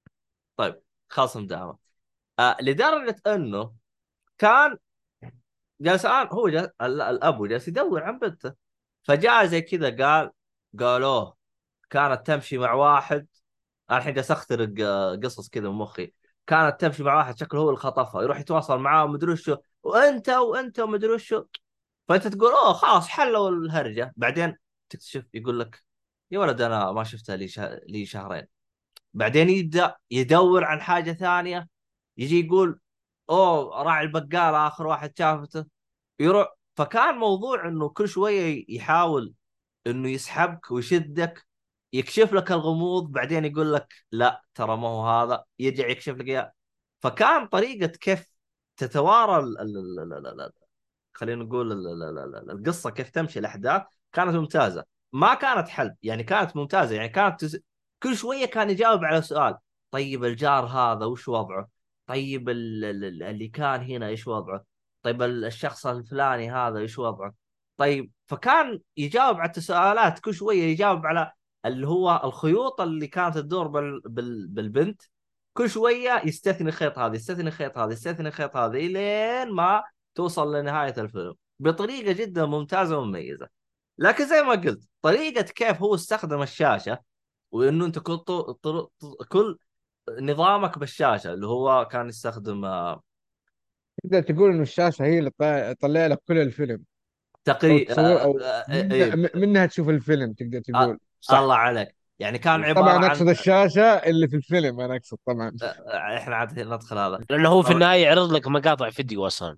طيب خلاص مداهمه. آه لدرجه انه كان جالس الان هو جالس ال- الابو جالس يدور عن بنته، فجاء زي كذا قال، قالوه كانت تمشي مع واحد. انا الحين جالس اخترق آه، قصص كذا من مخي. كانت تمشي مع واحد شكله هو اللي خطفها، يروح يتواصل معاه ومدري وشو، وانت وانت ومدري وشو. فانت تقول اوه خلاص حلوا الهرجه. بعدين تكتشف يقول لك يا ولد انا ما شفتها لي شه... لي شهرين. بعدين يبدأ يدور عن حاجة ثانية، يجي يقول اوه راعي البقال اخر واحد شافته، يروح. فكان موضوع انه كل شوية يحاول انه يسحبك ويشدك، يكشف لك الغموض، بعدين يقول لك لا ترى ما هو هذا، يرجع يكشف لك اياه. فكان طريقة كيف تتوارى ال- ال- ال- ال- ال- خلينا نقول ال- ال- ال- ال- القصه كيف تمشي الاحداث كانت ممتازه. ما كانت حلب يعني، كانت ممتازه يعني. كانت تز... كل شويه كان يجاوب على سؤال. طيب الجار هذا وش وضعه؟ طيب ال- ال- اللي كان هنا ايش وضعه؟ طيب ال- الشخص الفلاني هذا ايش وضعه؟ طيب فكان يجاوب على التساؤلات، كل شويه يجاوب على اللي هو الخيوط اللي كانت تدور بال... بال... بالبنت. كل شويه يستثني خيط هذا، يستثني خيط هذا، يستثني خيط هذا، لين ما توصل لنهاية الفيلم بطريقة جدا ممتازة ومميزة. لكن زي ما قلت طريقة كيف هو استخدم الشاشة، وانه انت كل طو... طر... كل نظامك بالشاشة اللي هو كان يستخدم آه، تقدر تقول انه الشاشة هي اللي طا- تطلع لك كل الفيلم، او تقري آه، تصور، او آه، آه، من... إيه. م- منها تشوف الفيلم تقدر آه، تقول. الله صح. عليك. يعني كان عبارة طبعا عن اقصد الشاشة اللي في الفيلم، انا اقصد طبعا. آه، آه، احنا عاد ندخل هذا. لانه هو في طب النهايه يعرض لك مقاطع فيديو اصلا.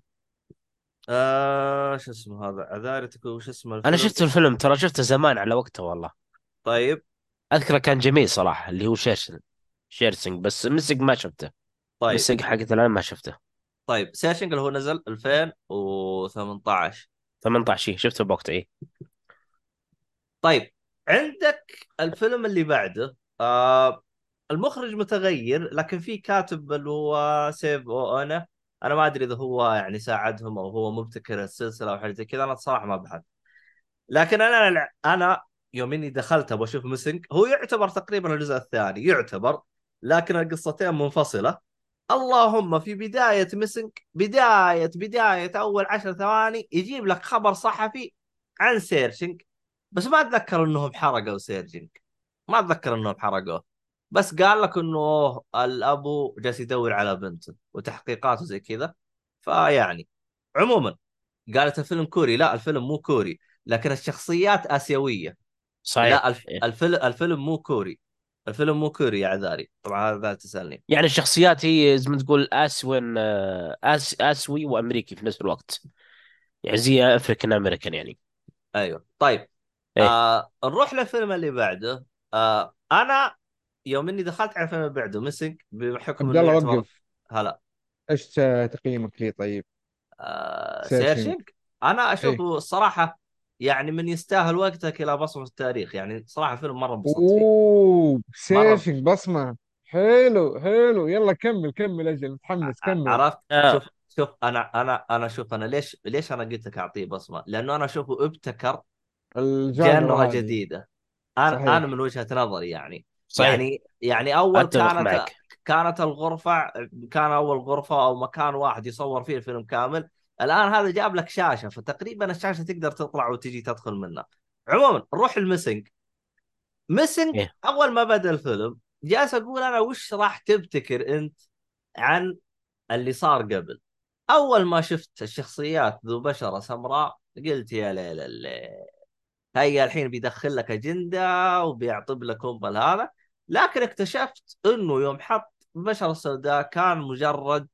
آه شو اسمه هذا، عذارتك وش اسمه انا الفيلم. شفت الفيلم، ترى شفته زمان على وقته والله. طيب. اذكره كان جميل صراحه، اللي هو شيرسن شيرسنج، بس مسق ما شفته. طيب مسق حقت الان ما شفته. طيب سيرشنج اللي هو نزل ألفين وثمانية عشر. ثمانية عشر شيء شفته بوقت ايه. طيب عندك الفيلم اللي بعده، آه المخرج متغير لكن في كاتب اللي هو سيف او انا. انا ما ادري اذا هو يعني ساعدهم او هو مبتكر السلسله او حاجه زي كذا، انا الصراحه ما بحث. لكن انا انا يوم اني دخلت ابغى اشوف ميسنج، هو يعتبر تقريبا الجزء الثاني يعتبر، لكن القصتين منفصله. اللهم في بدايه ميسنج، بدايه بدايه اول عشر ثواني يجيب لك خبر صحفي عن سيرشنج، بس ما اتذكر انهم حرقوا سيرشنج، ما اتذكر انهم حرقوه. بس قال لك انه الابو جالس يدور على بنته وتحقيقاته زي كذا. فيعني عموما قالت الفيلم كوري، لا الفيلم مو كوري، لكن الشخصيات آسيوية. صحيح لا الف... إيه. الفيلم الفيلم مو كوري، الفيلم مو كوري يا عذاري، طبعا هذا تسألني. يعني الشخصيات هي زي ما تقول اسون آه، آس اسيوي وامريكي في نفس الوقت، يعني زي افريكان امريكان يعني. ايوه طيب. ايه. آه نروح للفيلم اللي بعده. آه انا يوم اني دخلت على الفيلم اللي بعده ميسنج بحكم عبد انه الله يعتبر. وقف. هلا. ايش تقييمك ليه طيب؟ آه سيرشنج. سيرشنج انا ايه. اشوفه الصراحة يعني من يستاهل وقتك الى بصمة التاريخ، يعني صراحة فيلم مرة انبسطت فيه. اوه مرة. سيرشنج بصمة. حلو حلو، يلا كمل كمل، اجل متحمس ع- كمل. عرفت. اه شوف شوف انا انا انا شوف انا ليش ليش انا قلت لك اعطيه بصمه، لانه انا اشوفه ابتكر الجانر جنرا هذه. جديده. انا انا من صحيح. وجهه نظري يعني. صحيح، يعني يعني اول اتفق كانت معك. كانت الغرفه، كان اول غرفه او مكان واحد يصور فيه الفيلم كامل. الان هذا جاب لك شاشه، فتقريبا الشاشه تقدر تطلع وتجي تدخل منها. عموما نروح الميسنج. ميسنج ايه. اول ما بدا الفيلم جالس اقول انا وش راح تبتكر انت عن اللي صار قبل. اول ما شفت الشخصيات ذو بشرة سمراء قلت يا ليل الليل، هيا الحين بيدخل لك اجنده وبيعطب لك ام هذا. لكن اكتشفت انه يوم حط بشرة سوداء كان مجرد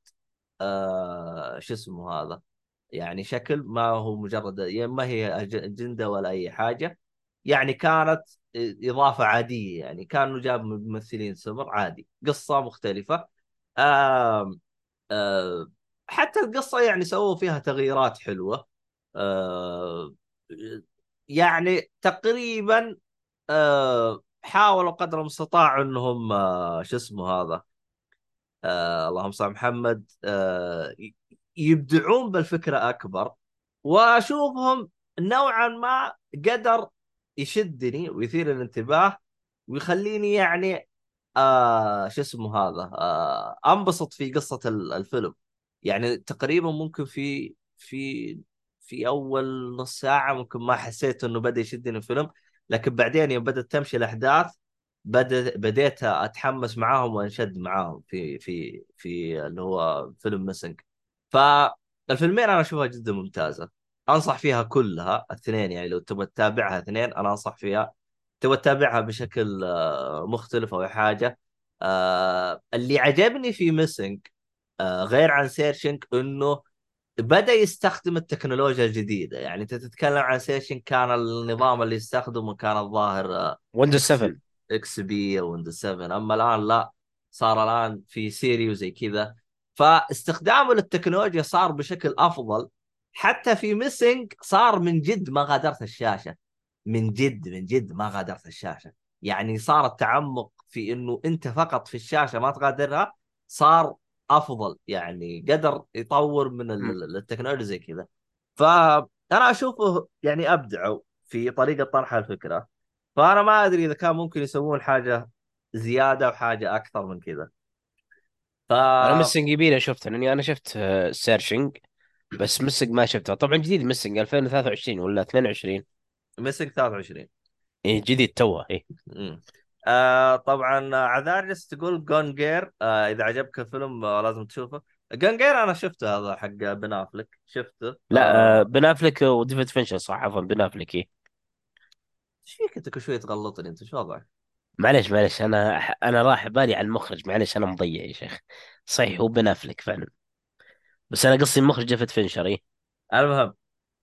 آه شو اسمه هذا، يعني شكل، ما هو مجرد يعني ما هي أج- اجنده ولا اي حاجه. يعني كانت اضافه عاديه، يعني كانوا جاب ممثلين سمر عادي، قصه مختلفه. آه آه، حتى القصة يعني سووا فيها تغييرات حلوة. آه، يعني تقريبا آه، حاولوا قدر المستطاع انهم آه، شو اسمه هذا، آه، اللهم صل على محمد، آه، ي- يبدعون بالفكرة اكبر. واشوفهم نوعا ما قدر يشدني ويثير الانتباه ويخليني يعني آه شو اسمه هذا، آه انبسط في قصة ال- الفيلم. يعني تقريبا ممكن في في في اول نص ساعة ممكن ما حسيت انه بدأ يشدني الفيلم، لكن بعدين يوم بدأت تمشي الاحداث بدأ بديت اتحمس معاهم وانشد معاهم في في في اللي هو فيلم ميسنج. فالفيلمين انا اشوفها جدا ممتازة، انصح فيها كلها الاثنين. يعني لو تبغى تتابعها اثنين انا انصح فيها. تبغى تتابعها بشكل آه، مختلف او حاجة. آه اللي عجبني في ميسنج آه غير عن سيرشنج انه بدأ يستخدم التكنولوجيا الجديدة. يعني انت تتكلم عن سيرشنج كان النظام اللي يستخدمه كان الظاهر آه، ويندوز اكس سبعة. اكس بي او ويندوز سبعة، اما الان لا، صار الان في سيري وزي كذا. فاستخدامه للتكنولوجيا صار بشكل افضل. حتى في ميسنج صار من جد ما غادرت الشاشة، من جد من جد ما غادرت الشاشة. يعني صار التعمق في انه انت فقط في الشاشة ما تغادرها، صار افضل. يعني قدر يطور من ال- مم. ال- التكنولوجيا زي كذا. فانا اشوفه يعني ابدعوا في طريقة طرح الفكرة. فانا ما ادري اذا كان ممكن يسوون حاجة زيادة وحاجة اكثر من كذا. ف انا ميسنج يبيله شفته، لاني انا شفت سيرشنج، بس ميسنج ما شفته. طبعا جديد ميسنج ألفين وثلاثة وعشرين ولا اثنين وعشرين؟ مسك ثلاثة وعشرين. ايه جديد توه ايه. امم آه طبعا عذاريس تقول جون جير، آه اذا عجبك الفيلم آه لازم تشوفه. جون جير انا شفته، هذا حق بن افلك شفته. لا آه آه بن افلك وديفيد فينشر، صح عفوا بن افلك ايه. ايش فيك انت كل شويه تغلطني، انت شو وضعك؟ معليش معليش، انا انا راح بالي على المخرج، معليش انا مضيع يا شيخ. صحيح هو بن افلك فعلا، بس انا قصدي المخرج ديفيد فينشر ايه. المهم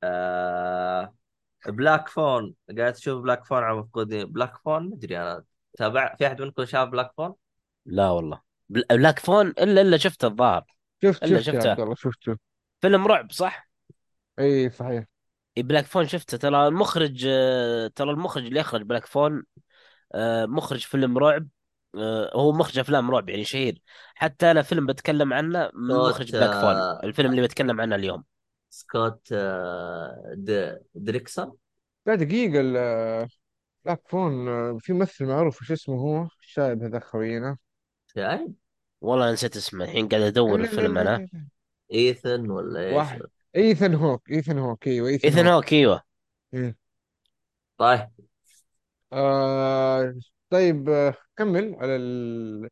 آه بلاك فون، قاعد تشوف بلاك فون على مفقودين بلاك فون؟ مدري انا، تابع في احد منكم شاف بلاك فون؟ لا والله، بل- بلاك فون الا الا شفت الظاهر. شفت الا شفت يا شفته. عبد الله، شفته. فيلم رعب صح؟ اي صحيح. إي، بلاك فون شفته. ترى المخرج آه، ترى المخرج اللي اخرج بلاك فون آه، مخرج فيلم رعب. آه، هو مخرج افلام رعب يعني شهير. حتى انا فيلم بتكلم عنه من سكوت مخرج بلاك فون، آه، الفيلم اللي بتكلم عنه اليوم. سكوت آه، د- دريكسون. لا دقيقة، البلاك فون آه، في ممثل معروف، وش اسمه هو الشايب هذا خوينا؟ يعني والله نسيت اسمه الحين، قاعد ادور لا لا الفيلم لا انا. لا لا. ايثن ولا ايش؟ واحد. ايثن هوك، ايثن هوك، ايوه ايثن ايثن هوك. هوك، ايوه. إيه. طيب. آه طيب، آه كمل على ال...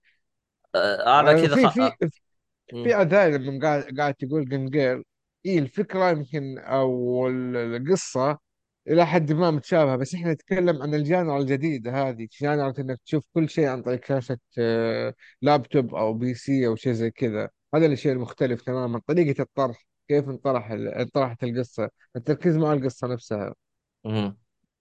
آه انا آه كذا خ... في في آه. مم. في أداء لما قاعد قاعد تقول جنجير. إيه الفكرة يمكن أو ال- القصة إلى حد ما متشابهة، بس إحنا نتكلم عن الجانرا الجديدة هذه، جانرا إنك تشوف كل شيء عن طريق شاشة آه، لابتوب أو بي سي أو شيء زي كذا. هذا الشيء المختلف تماما، طريقة الطرح، كيف انطرح ال- انطرحت القصة، التركيز مع القصة نفسها. مم.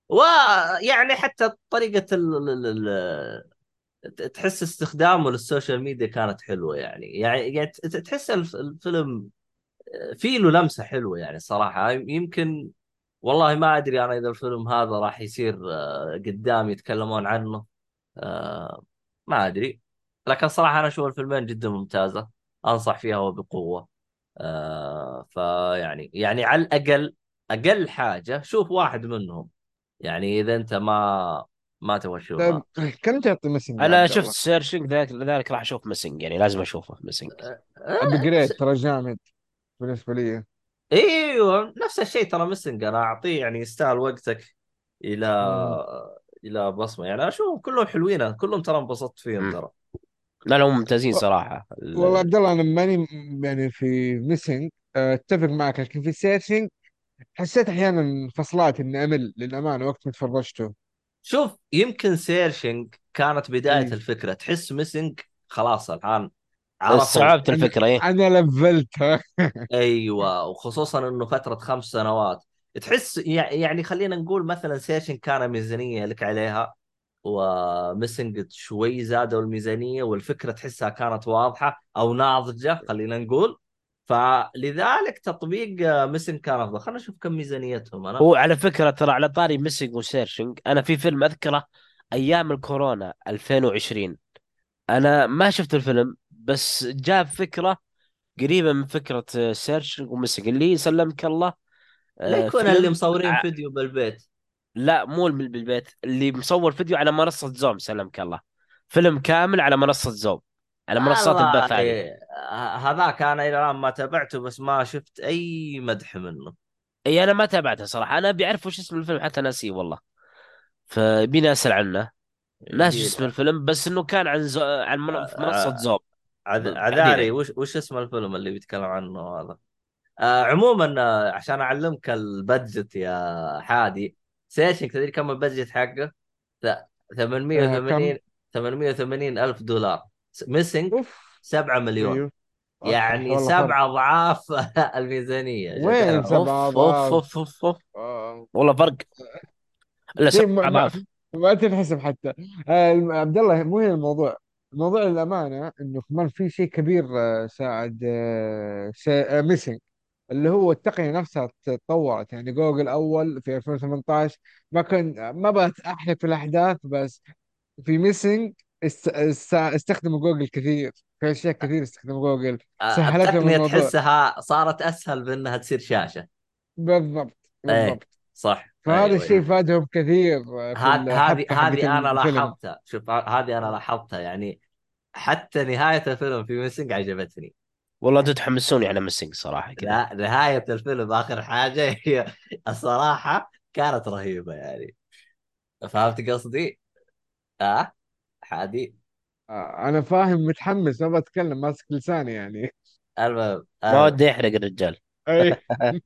ويعني حتى طريقة ال... ال... ال... ال- تحس استخدامه للسوشيال ميديا كانت حلوة يعني يعني يعني ت- تحس الف- الفيلم فيه له لمسة حلوة يعني صراحة. يمكن والله ما أدري أنا إذا الفيلم هذا راح يصير آه، قدام يتكلمون عنه. آه، ما أدري. لكن صراحة أنا أشوف الفيلمين جدا ممتازة، أنصح فيها وبقوة. آه، فيعني يعني على الأقل، أقل حاجة شوف واحد منهم، يعني إذا أنت ما ما تبغى طيب تشوفها. كم تعطي مسنج يا انا عبد شفت الله؟ سيرشنج، ذلك لذلك راح اشوف مسنج، يعني لازم اشوفه مسنج. أبي آه، جريد ترى جامد بالنسبة لي. ايوه نفس الشيء ترى ميسنج، انا اعطيه يعني يستاهل وقتك الى مم. الى بصمه. يعني اشوف كلهم حلوين، كلهم ترى انبسطت فيهم مم. ترى. لا لا، هم ممتازين صراحة والله ال- عبد الله انا ماني م- يعني في ميسنج اتفق معك، لكن في سيرشنج حسيت احيانا فصلات اني امل للامانه وقت ما تفرجته. شوف يمكن سيرشنج كانت بدايه اي. الفكره، تحس ميسنج خلاص الان عرفوا. استوعبت انا الفكرة ايه. انا لفلتها. ايوه، وخصوصا انه فتره خمس سنوات. تحس يع- يعني خلينا نقول مثلا سيشن كان ميزانيه لك عليها، وميسنج شوي زادوا الميزانيه والفكره تحسها كانت واضحه او ناضجه خلينا نقول. فلذلك تطبيق ميسنج كان افضل. خلينا نشوف كم ميزانيتهم انا. هو على فكرة ترى على طاري ميسنج وسيرشنج، انا في فيلم اذكره ايام الكورونا ألفين وعشرين. انا ما شفت الفيلم بس جاب فكرة قريبة من فكرة سيرشنج وميسنج اللي سلمك الله. لا آه، يكون اللي فيلم مصورين ع- فيديو بالبيت. لا مو من بالبيت، اللي مصور فيديو على منصة زوم سلمك الله. فيلم كامل على منصة زوم، على منصات والله البث هذه. ه- هذاك انا الى الان ما تابعته، بس ما شفت اي مدح منه. اي انا ما تابعته صراحة، انا بيعرف وش اسم الفيلم حتى ناسيه والله، فبيني اسال عنه. ناس يبي اسم الفيلم بس انه كان عن زو... عن من... في منصة زوم عذ... ب- عذاري، تحديدا. وش وش اسم الفيلم اللي بيتكلم عنه هذا؟ آه عموما آه عشان اعلمك البادجت يا حادي. سيشن تدري كم البادجت حقه؟ ث- آه كم؟ ثمانمية وثمانين ثمانمية وثمانين الف دولار. ميسنج اوف. سبعة مليون. ايوه. اطرح يعني والله فرق. سبعة اضعاف الميزانيه وين تعرف. سبعة اوف اوف اضعاف؟ اوف اوف, أوف. آه. والله فرق. الا سبع شيء ما, ما, اضعاف. ما تنحسب حتى. آه الم- عبد الله مو هي الموضوع. الموضوع للامانه انه كمان في شيء كبير آه ساعد آه شيء آه ميسنج، اللي هو التقنية نفسها تطورت. يعني جوجل أول في ألفين وثمانية عشر ما كان، ما بحلف في الأحداث، بس في ميسنج است... است... استخدموا جوجل كثير، في أشياء كثير استخدموا جوجل، آه سهلت لهم التقنيه الموضوع. تحسها صارت اسهل بانها تصير شاشه. بالضبط ايه بالضبط. صح، فهذا ايوه الشيء ايوه. فادهم كثير في هذه هذه الحبكة حقت هذه انا الفيلم. لاحظتها. شوف هذه انا لاحظتها يعني. حتى نهايه الفيلم في ميسنج عجبتني. والله انتوا تحمسوني على ميسنج صراحة كذا. لا نهاية الفيلم آخر حاجة هي الصراحة كانت رهيبة يعني. فهمت قصدي؟ آه حادي. آه، أنا فاهم متحمس، ما بتكلم ماسك لساني يعني. المهم ما المهم ودي يحرق الرجال. أي.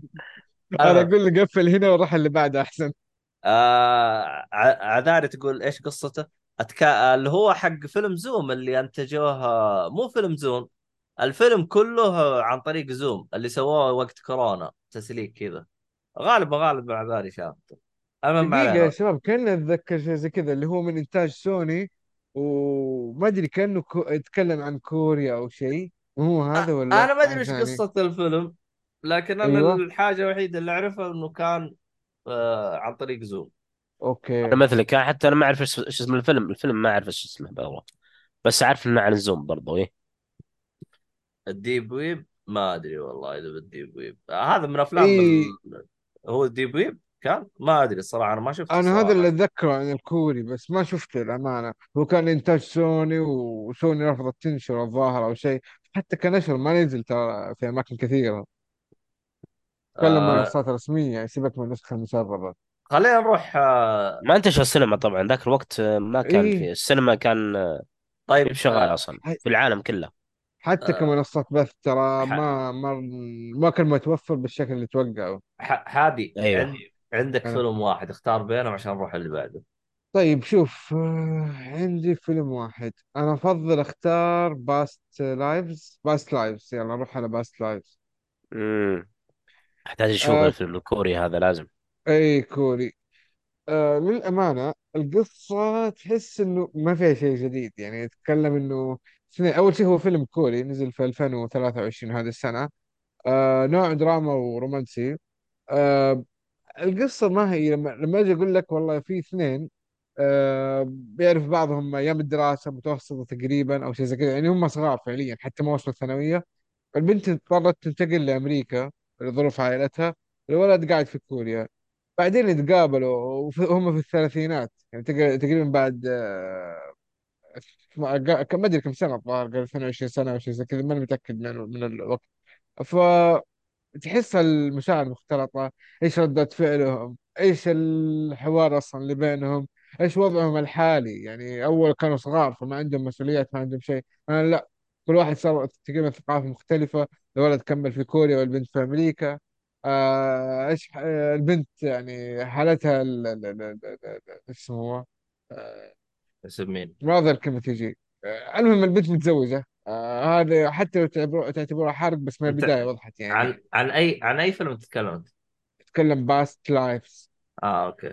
أنا المهم أقول قفل هنا وروح اللي بعده أحسن. آه ع- عذاري تقول ايش قصته؟ أتكا... اللي هو حق فيلم زوم اللي انتجوه، مو فيلم زوم. الفيلم كله عن طريق زوم اللي سووه وقت كورونا تسليك كذا. غالبا غالبا عذاري شافته. المهم ما دقيقة يا علينا. شباب، كأني أتذكر شيء زي كذا، اللي هو من إنتاج سوني، وما أدري كأنه كو... يتكلم عن كوريا أو شيء، هو أ- هذا ولا انا ما ادري واحد وش ثاني؟ قصة الفيلم، لكن انا ايوه. الحاجة الوحيدة اللي اعرفها انه كان آه عن طريق زوم. انا اوكي. مثلك كان حتى انا ما اعرف ايش إيش اسم الفيلم الفيلم ما اعرف ايش اسمه بالضبط. بس عارف انه عن الزوم برضو ايه. الديب ويب ما ادري والله اذا بالديب ويب، آه هذا من افلام اي، ال... هو الديب ويب كان، ما ادري الصراحة، انا ما شفته انا هذا اللي الصراحة. اتذكره عن الكوري، بس ما شفته الامانه. هو كان انتاج سوني، وسوني رفضت تنشر الظاهر او شيء. حتى كنشر ما نزل ترى في اماكن كثيره. تكلم آه منصات رسميه، يعني سيبك من النسخه المسربه. خلينا نروح آه ما انتشر السينما طبعا ذاك الوقت، آه، ما كان ايه. في السينما، كان آه، طيب كيف شغال آه اصلا في العالم كله. حتى آه كمنصات بث ترى ح... ما ما ما كان متوفر بالشكل اللي توقعه. ح... حادي ايوه. عند... عندك أنا. فيلم واحد اختار بينهم عشان نروح اللي بعده. طيب شوف، آه، عندي فيلم واحد. أنا أفضل أختار باست لايفز. باست لايفز، يلا نروح على باست لايفز. امم احتاج اشوف آه. الفيلم الكوري هذا لازم. أي كوري. آه للأمانة القصة تحس إنه ما فيها شيء جديد، يعني يتكلم إنه اثنين. أول شيء هو فيلم كوري نزل في ألفين وثلاثة وعشرين هذه السنة. آه نوع دراما ورومانسي. آه القصة ما هي، لما لما أجي أقول لك والله في اثنين آه بيعرف بعضهم أيام الدراسة متوسطة تقريبا أو شيء زي كذا، يعني هم صغار فعليا حتى ما وصلوا الثانوية. البنت اضطرت تنتقل لأمريكا لظروف عائلتها. الولد قاعد في كوريا. بعدين يتقابلوا وهم في الثلاثينات، يعني تق- تقريبا بعد آه، ما قا- كم- ما ادري كم سنه، الظاهر قال اثنين وعشرين سنه او شيء زي كذا، ماني متاكد من من الوقت. فتحس المشاعر مختلطه. ايش ردة فعلهم، ايش الحوار اصلا اللي بينهم، ايش وضعهم الحالي. يعني اول كانوا صغار فما عندهم مسؤوليات، ما عندهم شيء. انا لا، كل واحد صار تقريبا ثقافه مختلفه. الولد كمل في كوريا والبنت في امريكا. آه، ايش آه، البنت يعني حالتها ال- ال- ال- ال- ال- ايش اسمه هو، آه، اسم مين؟ ما ذا الكلمة تجي. آه، المهم البنت متزوجة. آه هذا حتى لو تعتبروها تعتبروها حرق، بس من انت البداية وضحت عن يعني. عن اي عن اي فيلم تتكلم انت؟ تتكلم باست لايفز. اه اوكي.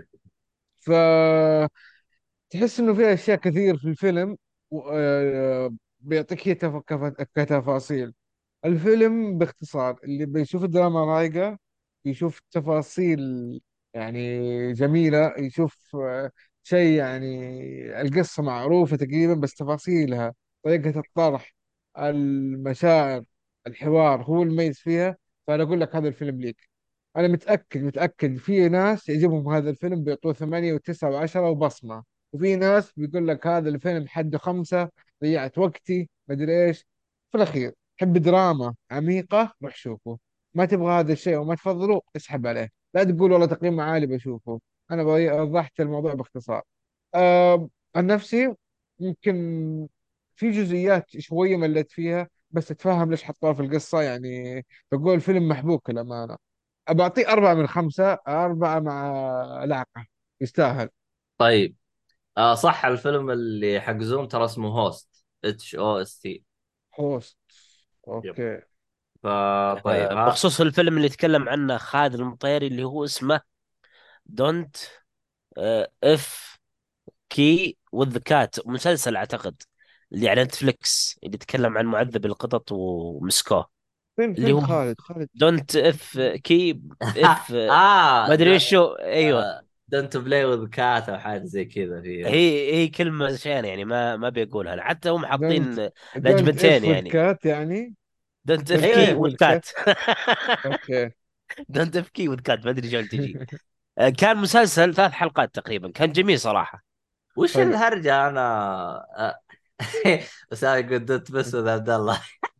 فتحس انه في اشياء كثير في الفيلم، و- آه، بيعطيك هي تف- كف- كتفاصيل. الفيلم باختصار، اللي بيشوف الدراما رايقة يشوف تفاصيل يعني جميلة، يشوف آه، شيء يعني القصة معروفة تقريبا بس تفاصيلها، طريقة الطرح، المشاعر، الحوار هو المميز فيها. فأنا أقول لك هذا الفيلم ليك. أنا متأكد متأكد في ناس يعجبهم هذا الفيلم بيعطوه ثمانية وتسعة وعشرة وبصمة. وفي ناس بيقول لك هذا الفيلم حده خمسة، ضيعت وقتي مدري إيش. في الأخير تحب دراما عميقة روح شوفه. ما تبغى هذا الشيء وما تفضله اسحب عليه. لا تقول والله تقييمه عالي بشوفه. أنا بغي- وضحت الموضوع باختصار. أه عن نفسي يمكن في جزئيات شوية مليت فيها، بس أتفهم ليش حطوها في القصة يعني. بقول فيلم محبوك الأمانة. بعطيه أربعة من خمسة. أربعة مع لعقة. يستاهل. طيب آه صح، الفيلم اللي حق زوم ترى اسمه هوست، اتش او اس تي. هوست. يب. أوكي. فطيب آه، ها. بخصوص الفيلم اللي يتكلم عنه خالد المطيري اللي هو اسمه دونت اف كي وذ كات، مسلسل اعتقد اللي على نتفليكس اللي يتكلم عن معذب القطط ومسكوه. فين اللي فين هو خالد خالد؟ دونت اف كي اف ما اه ادري ايش شو ايوه. دونت بلاي وذ كات او حاجه زي كذا فيها. هي هي كلمة شين يعني ما ما بيقولها أنا. حتى هم دونت حاطين دونت لجبتين اف يعني. والكات يعني. دونت اف دونت ايوه كي اف ايوه. وذ والكات. كات. اوكي. دونت اف كي وذ كات ما ادري شلون تجي. آه، كان مسلسل ثلاث حلقات تقريبا، كان جميل صراحة. وش حلو. الهرجه انا آه، بس انا يقول دونت بس وذ عبد الله.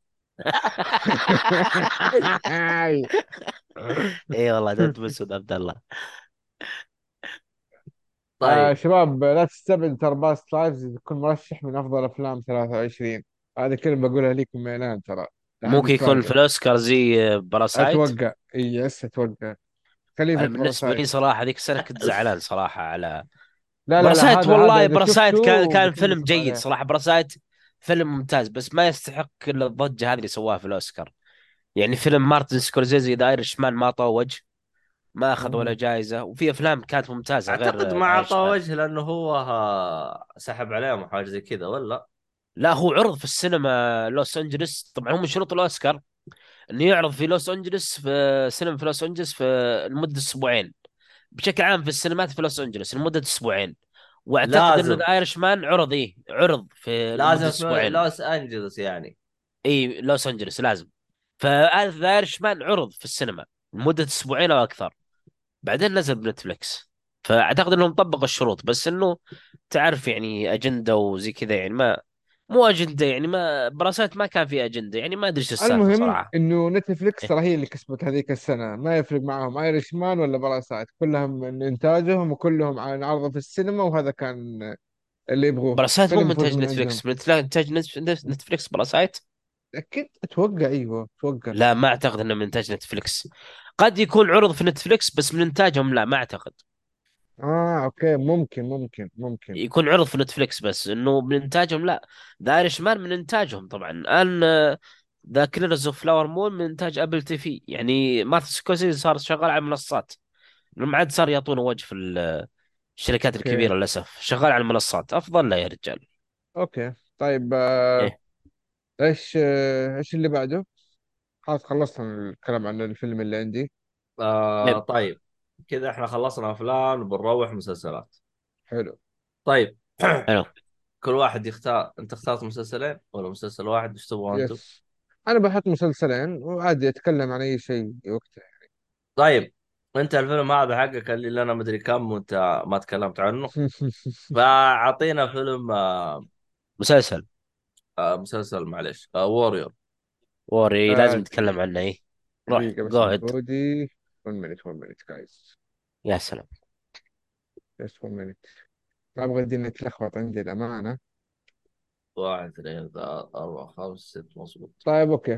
اي والله دونت بس وذ عبد الله. آه طيب شباب لا تستبعد ترى باست لايفز يكون مرشح من افضل افلام ثلاثة وعشرين. هذه كلمة بقولها لكم من الان ترى. لا ممكن يكون في نتفاجئ. الأوسكار زي باراسايت. اتوقع. يس اتوقع. خليفة أنا بالنسبة براسايت. لي صراحة ذيك السنة كنت زعلان صراحة على لا لا لا، براسايت. هذا هذا والله اذا براسايت كان شفته كان فيلم بتنبسط جيد عليه. صراحة. براسايت فيلم ممتاز بس ما يستحق إلا الضجة هذه اللي سواها في الأوسكار. يعني فيلم مارتن سكورسيزي ذا ايرش مان ما طوج، ما اخذ ولا مهم. جائزه، وفي افلام كانت ممتازه غير اعتقد ما ايرش اعطاه مان. وجه لانه هو آه، سحب عليهم وحاجه زي كذا ولا؟ لا هو عرض في السينما لوس انجلوس، طبعا هم من شروط الاوسكار انه يعرض في لوس انجلوس، في سينما في لوس انجلوس في لمده اسبوعين، بشكل عام في السينمات في لوس انجلوس لمده اسبوعين. واعتقد انه لازم ذا ايرش مان عرض ايه عرض في لمده لازم في اسبوعين. لوس انجلوس يعني. اي لوس انجلوس لازم. فذا ايرش مان عرض في السينما لمده اسبوعين او اكثر، بعدين نزل بنتفلكس. فاعتقد انهم طبقوا الشروط، بس انه تعرف يعني اجنده وزي كذا يعني ما، مو اجنده يعني، ما براسات ما كان في اجنده يعني، ما ادري ايش السالفه المهم صراحه. انه نتفليكس إيه. ترى هي اللي كسبت هذيك السنه، ما يفرق معهم ايرش مان ولا باراسايت، كلهم من انتاجهم وكلهم عن عرضه في السينما، وهذا كان اللي يبغوه، براسات مو فيلم فوز منتج من عندهم. نتفلكس، من انتاج نتفلكس براسايت. اكيد اتوقع، ايوه اتوقع. لا ما اعتقد انه من انتاج نتفلكس. قد يكون عرض في نتفلكس بس من انتاجهم، لا ما اعتقد. اه اوكي، ممكن ممكن ممكن. يكون عرض في نتفلكس بس انه من انتاجهم لا. ذا ايرش مان من انتاجهم طبعا الان. ذا كيلرز اوف فلاور مون من انتاج ابل تي في، يعني مارتن سكورسيزي صار شغال على المنصات، ما عاد صار يعطونه وجه في ال- الشركات اوكي الكبيره، للاسف شغال على المنصات افضل لا يا رجال. اوكي. طيب آه، ايه. ايش آه، ايش اللي بعده؟ خلاص خلصنا الكلام عن الفيلم اللي عندي. آه طيب. طيب، كذا احنا خلصنا افلام وبنروح مسلسلات. حلو. طيب. حلو. كل واحد يختار، انت اخترت مسلسلين ولا مسلسل واحد؟ ايش تبغى انتم؟ يس، انا بحط مسلسلين وعادي اتكلم عن اي شيء وقتها. طيب، انت الفيلم هذا حقك اللي انا مدري كم وانت ما تكلمت عنه، فاعطينا فيلم آه مسلسل آه مسلسل معلش، آه وورير. ووري لازم آه نتكلم عنه ايه. روح دقيقة بس جو يا هيد. عبودي. one minute one minute guys. يا سلام. just one minute. ما ابغى الدنيا تلخبط عندي الامانة. واحد اثنين ثلاثة أربعة خمسة ست، مظبوط. طيب اوكي.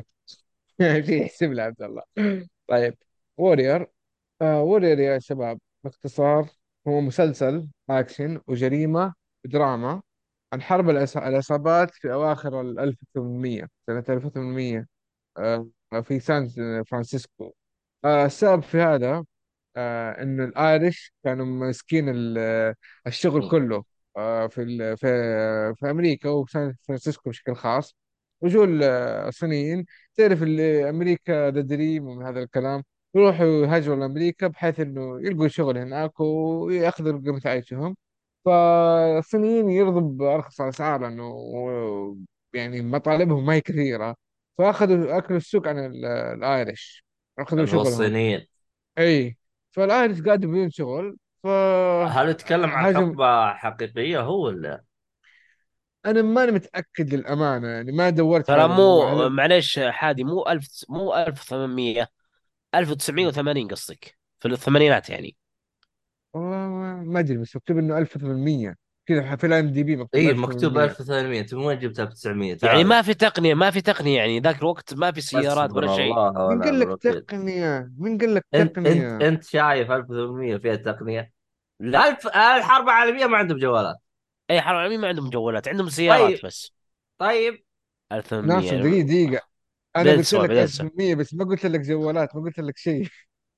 في يحسب لي عبد الله. طيب، وورير. آه وورير يا شباب باختصار، هو مسلسل أكشن وجريمة ودراما عن حرب العص- العصابات في أواخر ال ألف وثمانمية، سنة ألف وثمانمية، آه في سان فرانسيسكو. آه السبب في هذا آه انه الايرش كانوا ماسكين ال- آه، الشغل مم. كله آه في ال- في في امريكا وسان فرانسيسكو بشكل خاص. وجو ال- آه، الصينيين، تعرف اللي امريكا ذا دريم ومن هذا الكلام، يروحوا يهاجروا لامريكا بحيث انه يلقوا شغل هناك وياخذوا قيمة عيشهم. فالصينيين يرضوا بارخص الاسعار لانه يعني مطالبهم ما هي كثيره، فاخذوا اكلوا السوق عن ال- الايرش، اخذوا شغلهم. الفلسطينيين. اي، فالايرش قاعد بدون شغل. ف هل يتكلم عن هاجم. حقبة حقيقية هو ولا؟ انا ماني متاكد للامانه، يعني ما دورت في ترى هذا الموضوع مو هل. معليش حادي، مو ألف، مو ألف وثمانمية، ألف وتسعمية وثمانين قصدك في الثمانينات يعني. والله ما ما ادري، بس مكتوب انه ألف وثمانمية كذا في الام دي بي، مكتوب اي مكتوب ألف وثمانمية. ألف وثمانمائة، انت من وين جبتها ب تسعمائة؟ يعني تعال. ما في تقنية، ما في تقنية يعني ذاك الوقت ما في سيارات ولا حسبنا شيء. الله مين ونعم قال لك الوكيل. تقنيه؟ مين قال لك انت انت تقنيه؟ انت شايف ألف وثمانمائة فيها تقنية؟ لا. ألف الحرب العالمية ما عندهم جوالات. اي حرام العالمين ما عندهم جوالات، عندهم سيارات طيب. بس. طيب. ناصر ألف وثمانمية. دقيقه دقيقه، انا قلت بنسوا لك بنسوا. ألف وثمانمية بس ما قلت لك جوالات، ما قلت لك شيء.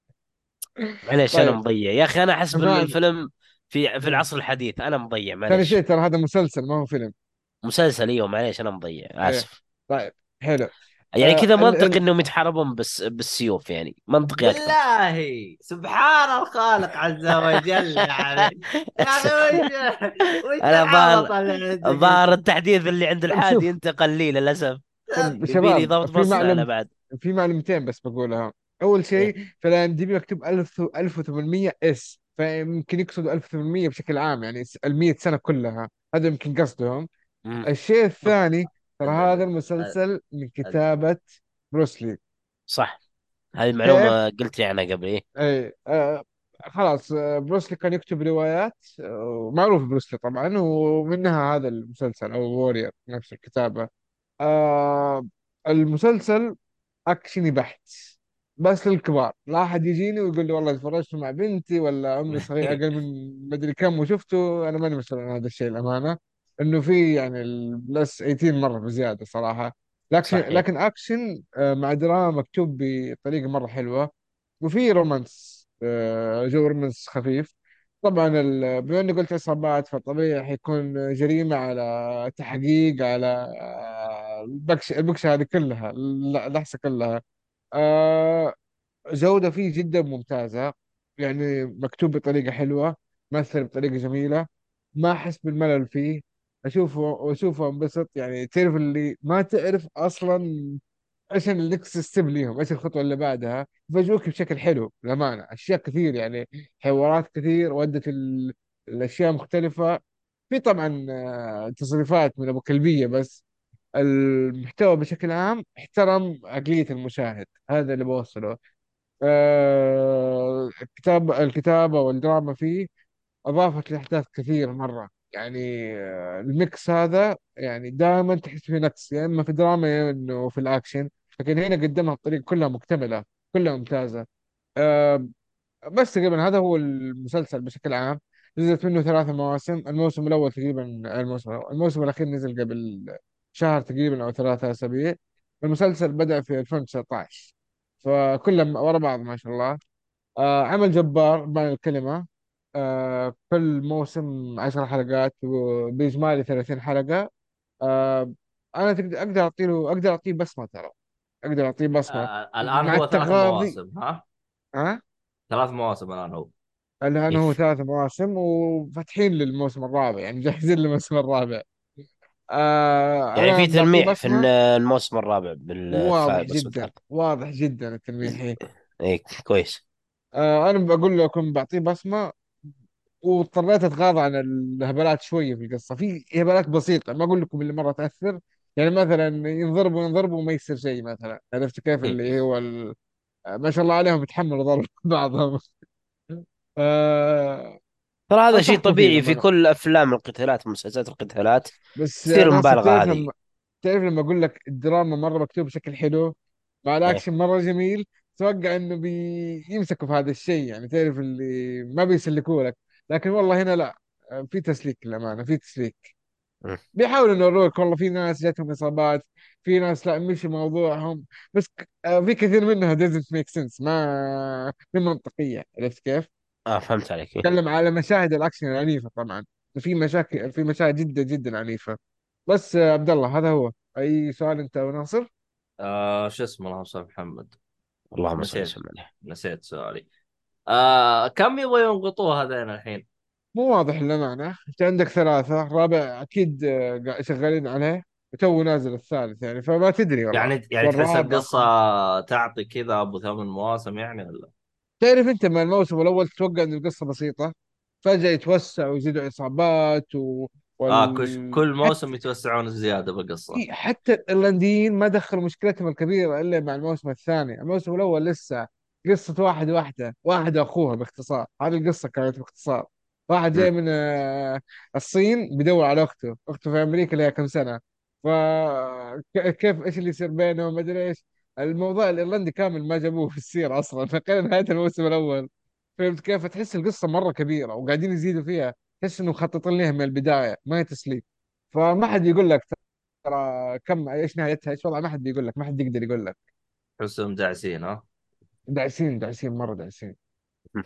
معليش انا طيب، مضيع يا اخي، انا احسب ما ان عليك. الفيلم في في العصر الحديث، انا مضيع ثاني شيء معليش. ترى هذا مسلسل ما هو فيلم. مسلسل ايوه، معليش انا مضيع ايه. اسف. طيب حلو. يعني آه كذا ال منطقي ال انهم يتحاربون بس بالسيوف، يعني منطقي اكثر. بالله، سبحان الخالق عز وجل يعني. يا اخي وش وش انا العبط ظاهر، اللي عندك ظاهر انت؟ التحديث اللي عند طب الحادي شوف. انت قليل للاسف. طب يبي لي شباب، ضبط في بصري انا معلوم بعد. في معلومتين بس بقولها. اول إيه. شيء، في الام دي بي مكتوب ألف ألف وثمانمية اس، فيمكن يقصدوا ألف وثمانمية بشكل عام، يعني ال مية سنه كلها، هذا يمكن قصدهم. مم. الشيء الثاني، ترى لا هذا لا لا. المسلسل من كتابه بروسلي. صح. هذه كيف؟ معلومة قلت لي عنها قبل ايه. اي آه خلاص، آه بروسلي كان يكتب روايات، آه معروف بروسلي طبعا، ومنها هذا المسلسل او وورير نفس الكتابة. آه المسلسل اكشني بحت، بس للكبار. لا احد يجيني ويقول لي والله اتفرجت مع بنتي ولا عمري صغير اقل من مدري كم وشفته، انا ماني مسؤول عن هذا الشيء الامانه. انه في يعني البلس ثمانية عشر مره بزياده صراحه. لكن صحيح. لكن اكشن آه، مع دراما مكتوب بطريقه مره حلوه، وفي رومانس، آه، جو رومانس خفيف. طبعا ال- بما اني قلت عصابات، فطبيعي حيكون جريمة على تحقيق على آه، البكش البكشة هذه كلها، لا- اللحسة كلها. آه، جودة فيه جدا ممتازة، يعني مكتوب بطريقة حلوة، مثل بطريقة جميلة، ما أحس بالملل فيه. أشوفه وأشوفه انبسط، يعني تعرف اللي ما تعرف أصلا إيش النكست ستيب ليهم، إيش الخطوة اللي بعدها، يفاجئوك بشكل حلو للأمانة. أشياء كثير يعني، حوارات كثير، ودت ال... الأشياء مختلفة. في طبعا آه، تصريفات من أبو كلبية، بس المحتوى بشكل عام احترم عقلية المشاهد، هذا اللي بوصله. آه، الكتاب الكتابة والدراما فيه أضافت لأحداث كثير مرة، يعني آه، الميكس هذا يعني دائما تحس فيه نقص، يا إما في دراما يا إنه في الأكشن. لكن هنا قدمها بطريقة كلها مكتملة، كلها ممتازة. آه، بس تقريبا هذا هو المسلسل بشكل عام. نزلت منه ثلاث مواسم، الموسم الأول تقريبا، الموسم الأول الموسم الأخير نزل قبل شهر تقريبا أو ثلاثة أسابيع. المسلسل بدأ في ألفين وتسعة عشر، فكلهم ورا بعض ما شاء الله. آه عمل جبار بمعنى الكلمة. آه كل موسم عشر حلقات، وبإجمالي ثلاثين حلقة. آه أنا تقدر أقدر أعطي له أقدر أعطيه بصمة ترى، أقدر أعطيه بصمة آه الآن مع هو ثلاث التغاضي. مواسم ها؟ ها، ثلاث مواسم الآن هو. الآن إيه. هو ثلاث مواسم، وفاتحين للموسم الرابع، يعني جاهزين للموسم الرابع. آه يعني أنا في بعطيه تلميح في الن- بصمة. الموسم الرابع واضح بالفائز جدا، والثالث. واضح جدا التلميح. ايه كويس. آه أنا بقول لكم بعطيه بصمة، واضطريت اتغاضى عن الهبلات شويه في القصه، في هبلات بسيطه، ما اقول لكم اللي مره تاثر. يعني مثلا ينضربوا ينضربوا وما يصير شيء مثلا، عرفت كيف اللي هو ال... ما شاء الله عليهم يتحملوا ضرب بعضهم. آه... ترى هذا شيء انصحكم فيه طبيعي في لما. كل افلام القتالات ومسلسلات القتالات، بس يا كثير ناصر، مبالغة تعرف هذه. لما تعرف لما اقول لك الدراما مره مكتوب بشكل حلو، مع ايه. الاكشن مره جميل، اتوقع انه بيمسكوا في هذا الشيء، يعني تعرف اللي ما بيسلكوا لك. لكن والله هنا لا، آه، في تسليك للامانه، في تسليك. مم. بيحاولوا يوروك والله في ناس جاتهم اصابات، في ناس لا مشي موضوعهم، بس ك- آه، في كثير منها doesn't make sense، ما من منطقيه، عرفت كيف؟ اه فهمت عليك. إيه. اتكلم على مشاهد الاكشن العنيفه طبعا، في مشاكل، في مشاهد جدا جدا عنيفه. بس آه، عبد الله، هذا هو. اي سؤال انت وناصر؟ آه شو اسمه، اللهم صل على محمد. اللهم صل نسيت وسلم عليه. نسيت سؤالي. آه كم يبغى ينقطوه هذين الحين؟ مو واضح للامانه، انت عندك ثلاثه، رابع اكيد آه، قاعد شغالين عليه، وتو نازل الثالث يعني، فما تدري والله. يعني يعني تحس والرابع القصة خامس. تعطي كذا ابو ثمان مواسم يعني ولا؟ تعرف انت من الموسم الاول تتوقع ان القصه بسيطه، فجاه يتوسع ويزيدوا عصابات و... اه كل وال... كل موسم حتى يتوسعون زيادة بالقصة. إيه، حتى الايرلنديين ما دخلوا مشكلتهم الكبيره الا مع الموسم الثاني. الموسم الاول لسه قصه واحد واحده واحد واخوها باختصار، هذه القصه كانت باختصار. واحد مم. جاي من آه، الصين بيدور على اخته اخته في امريكا لها كم سنه، فكيف ايش اللي يصير بينهم ما ادري ايش. الموضوع الايرلندي كامل ما جابوه في السيره اصلا، فكان نهايه الموسم الاول. فهمت كيف؟ تحس القصه مره كبيره وقاعدين يزيدوا فيها، تحس انه مخططين لها من البدايه، ما هي تسليك. فما حد يقول لك ترى كم ايش نهايتها ايش وضع، ما حد بيقول لك، ما حد يقدر يقول لك. تحسهم داعسين ها. داعسين داعسين مره داعسين. مم.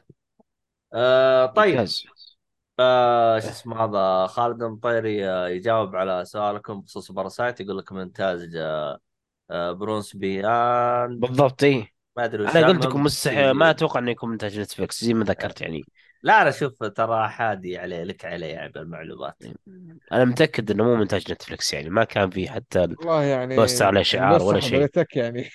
آه طيب. ممتاز. آه شو إيه. اسمه هذا خالد المطيري آه يجاوب على سؤالكم بخصوص باراسايت، يقول لك من انتاج آه برونس بيان. بالضبط ايه. ما ادري وش انا قلت ما لكم شيء مستحيل، ما زي. اتوقع انه يكون منتج نتفلكس زي ما ذكرت يعني. لا انا شوف ترى حادي عليه لك عليه يعني بالمعلومات. انا متاكد انه مو منتج نتفلكس، يعني ما كان في حتى والله يعني البوست عليه شعار القصه ولا شيء. حضرتك يعني.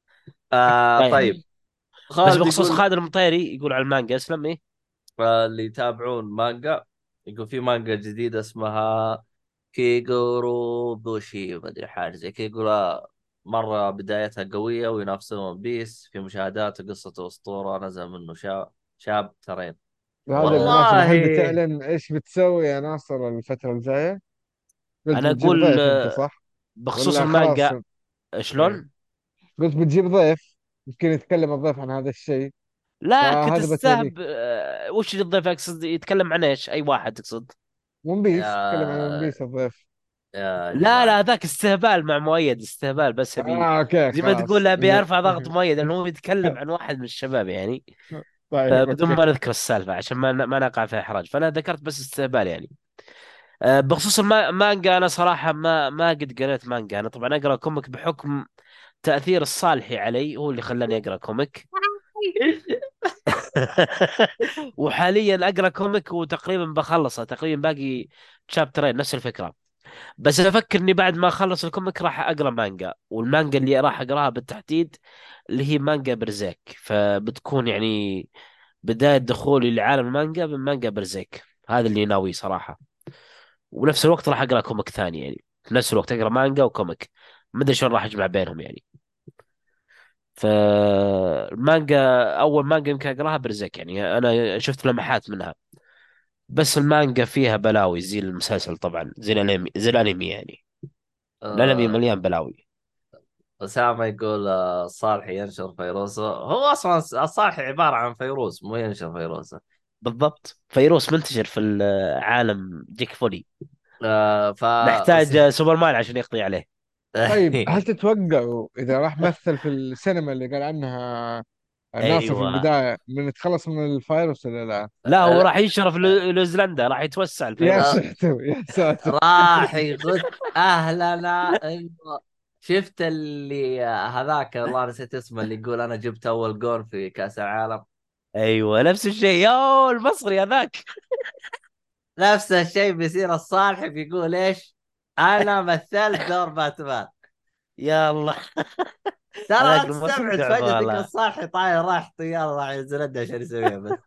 آه طيب. طيب. بس خالد بخصوص يقول خالد المطيري يقول على المانجا اسلم ايه. آه اللي يتابعون مانجا، يقول في مانجا جديدة اسمها كيغورو بوشي ما ادري حاجة زي كذا، يقول آه، مرة بدايتها قوية وينافسون ون بيس في مشاهدات وقصة أسطورة، نزل منه شاب شاب ترين. بهذا المناسبه، والله هل بتعلن ايش بتسوي يا ناصر الفتره الجايه؟ قلت انا بتجيب اقول ضيف انت آه، صح؟ بخصوص ولا خلاص؟ المانجا. إيه. شلون؟ قلت بتجيب ضيف، يمكن يتكلم الضيف عن هذا الشيء، لا كنت فهذا بتوريك. استهب آه، وش اللي الضيف يقصد يتكلم عن ايش؟ اي واحد تقصد؟ ون بيس، تكلم عن ون يا بيس الضيف. يا لا جماعة. لا هذاك استهبال مع مؤيد، استهبال بس ابي اه اوكي زي ما تقول خلاص ابي اللي... ارفع ضغط مؤيد، لانه هو يتكلم عن واحد من الشباب يعني. طيب فبدون اوكي. ما نذكر السالفة عشان ما ما نقع في إحراج، فأنا ذكرت بس استهبال يعني. أه، بخصوص المانجا، أنا صراحة ما ما قد قريت مانجا. أنا طبعا أقرأ كوميك بحكم تأثير الصالحي علي، هو اللي خلاني أقرأ كوميك. وحاليا أقرأ كوميك وتقريبا بخلصه، تقريبا باقي شابترين نفس الفكرة. بس أفكر إني بعد ما أخلص الكوميك راح أقرأ مانجا، والمانجا اللي راح أقرأها بالتحديد اللي هي مانجا برزيك، فبتكون يعني بداية دخولي لعالم المانجا من مانجا برزيك. هذا اللي ناوي صراحة. ونفس الوقت راح أقرأ كوميك ثاني يعني، في نفس الوقت أقرأ مانجا وكوميك. ما أدري شلون راح أجمع بينهم يعني. فالمانجا، أول مانجا يمكن أقرأها برزيك، يعني أنا شفت لمحات منها. بس المانجا فيها بلاوي زي المسلسل طبعا، زي الأنمي، زي الأنمي يعني. الأنمي آه، مليان بلاوي. أسامة يقول آه، صالح ينشر فيروسه. هو أصلا الصالح عبارة عن فيروس، مو ينشر فيروسه. بالضبط، فيروس منتشر في العالم ديك فولي. آه ف نحتاج سوبرمان عشان يقضي عليه. طيب هل تتوقعوا اذا راح مثل في السينما اللي قال عنها ناصر في ايوه. البدايه بنتخلص من الفيروس ولا لا؟ لا، هو راح ينشر في نيو- نيوزيلندا، راح يتوسع يا الفيروس. ساتر يا ساتر. راح يغث اهلنا إنه- شفت اللي هذاك، والله نسيت اسمه، اللي يقول انا جبت اول جول في كاس العالم. ايوه نفس الشيء، يا المصري هذاك. نفس الشيء بيصير. الصالح بيقول ايش؟ انا مثلت دور باتمان. يا الله. ترى لا هذاك المصري تستبعد تعب فجأة تلقى والله. الصالح طاير راح طيارة راح ينزل عشان يسويها بس.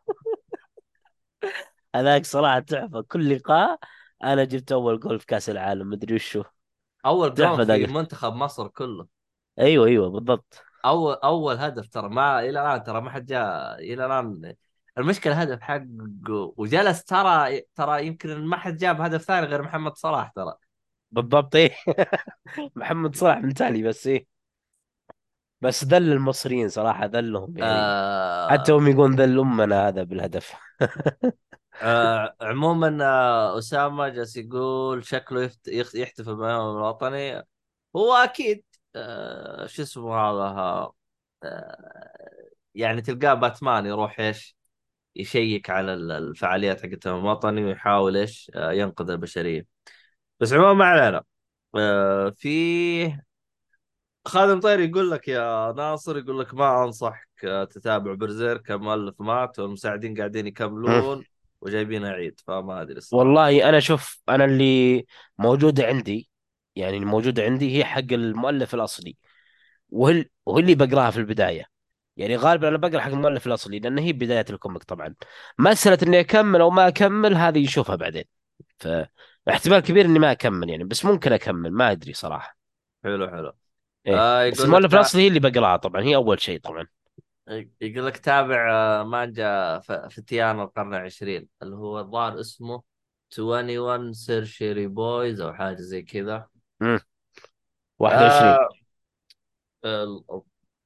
هذاك صراحة تحفة، كل لقاء انا جبت اول جول في كاس العالم مدري وشو. اول جول تحفة في ذاك. منتخب مصر كله. ايوه ايوه بالضبط. اول اول هدف ترى، ما الى الان ترى ما حد جاء الى الان. المشكله هدف حقه، وجلس ترى ترى يمكن ما حد جاب هدف ثاني غير محمد صلاح ترى. بالضبط ايه. محمد صلاح من تالي بس ايه. بس ذل المصريين صراحة، ذلهم يعني. حتى آه هم يقولون ذل امنا هذا بالهدف. آه عموما آه اسامه جالس يقول شكله يفت يخ- يحتفل باليوم الوطني. هو اكيد آه شو اسمه هذا آه يعني تلقاه باتمان يروح ايش يشيك على ال- الفعاليات حقت اليوم الوطني ويحاول ايش آه ينقذ البشريه. بس عموما ما علينا. آه، في خادم طير يقول لك يا ناصر، يقول لك ما انصحك آه، تتابع برزيرك، المؤلف مات والمساعدين قاعدين يكملون وجايبين عيد، فما ادري الصراحه. والله انا شوف، انا اللي موجوده عندي، يعني الموجوده عندي هي حق المؤلف الاصلي. وهل وهي اللي بقراها في البدايه. يعني غالبا انا بقرا حق المؤلف الاصلي لان هي بدايه الكوميك طبعا. مساله اني اكمل او ما اكمل هذه نشوفها بعدين. فاحتمال كبير اني ما اكمل يعني، بس ممكن اكمل، ما ادري صراحه. حلو حلو. ايه آه بس يقول لك المؤلف تا... الاصلي هي اللي بقراها طبعا، هي اول شيء طبعا. يقول لك تابع آه، مانجا ف- فتيان القرن العشرين، اللي هو الظاهر اسمه واحد وعشرين سيرشري بويز او حاجه زي كذا. امم واحد وعشرين. آه ال-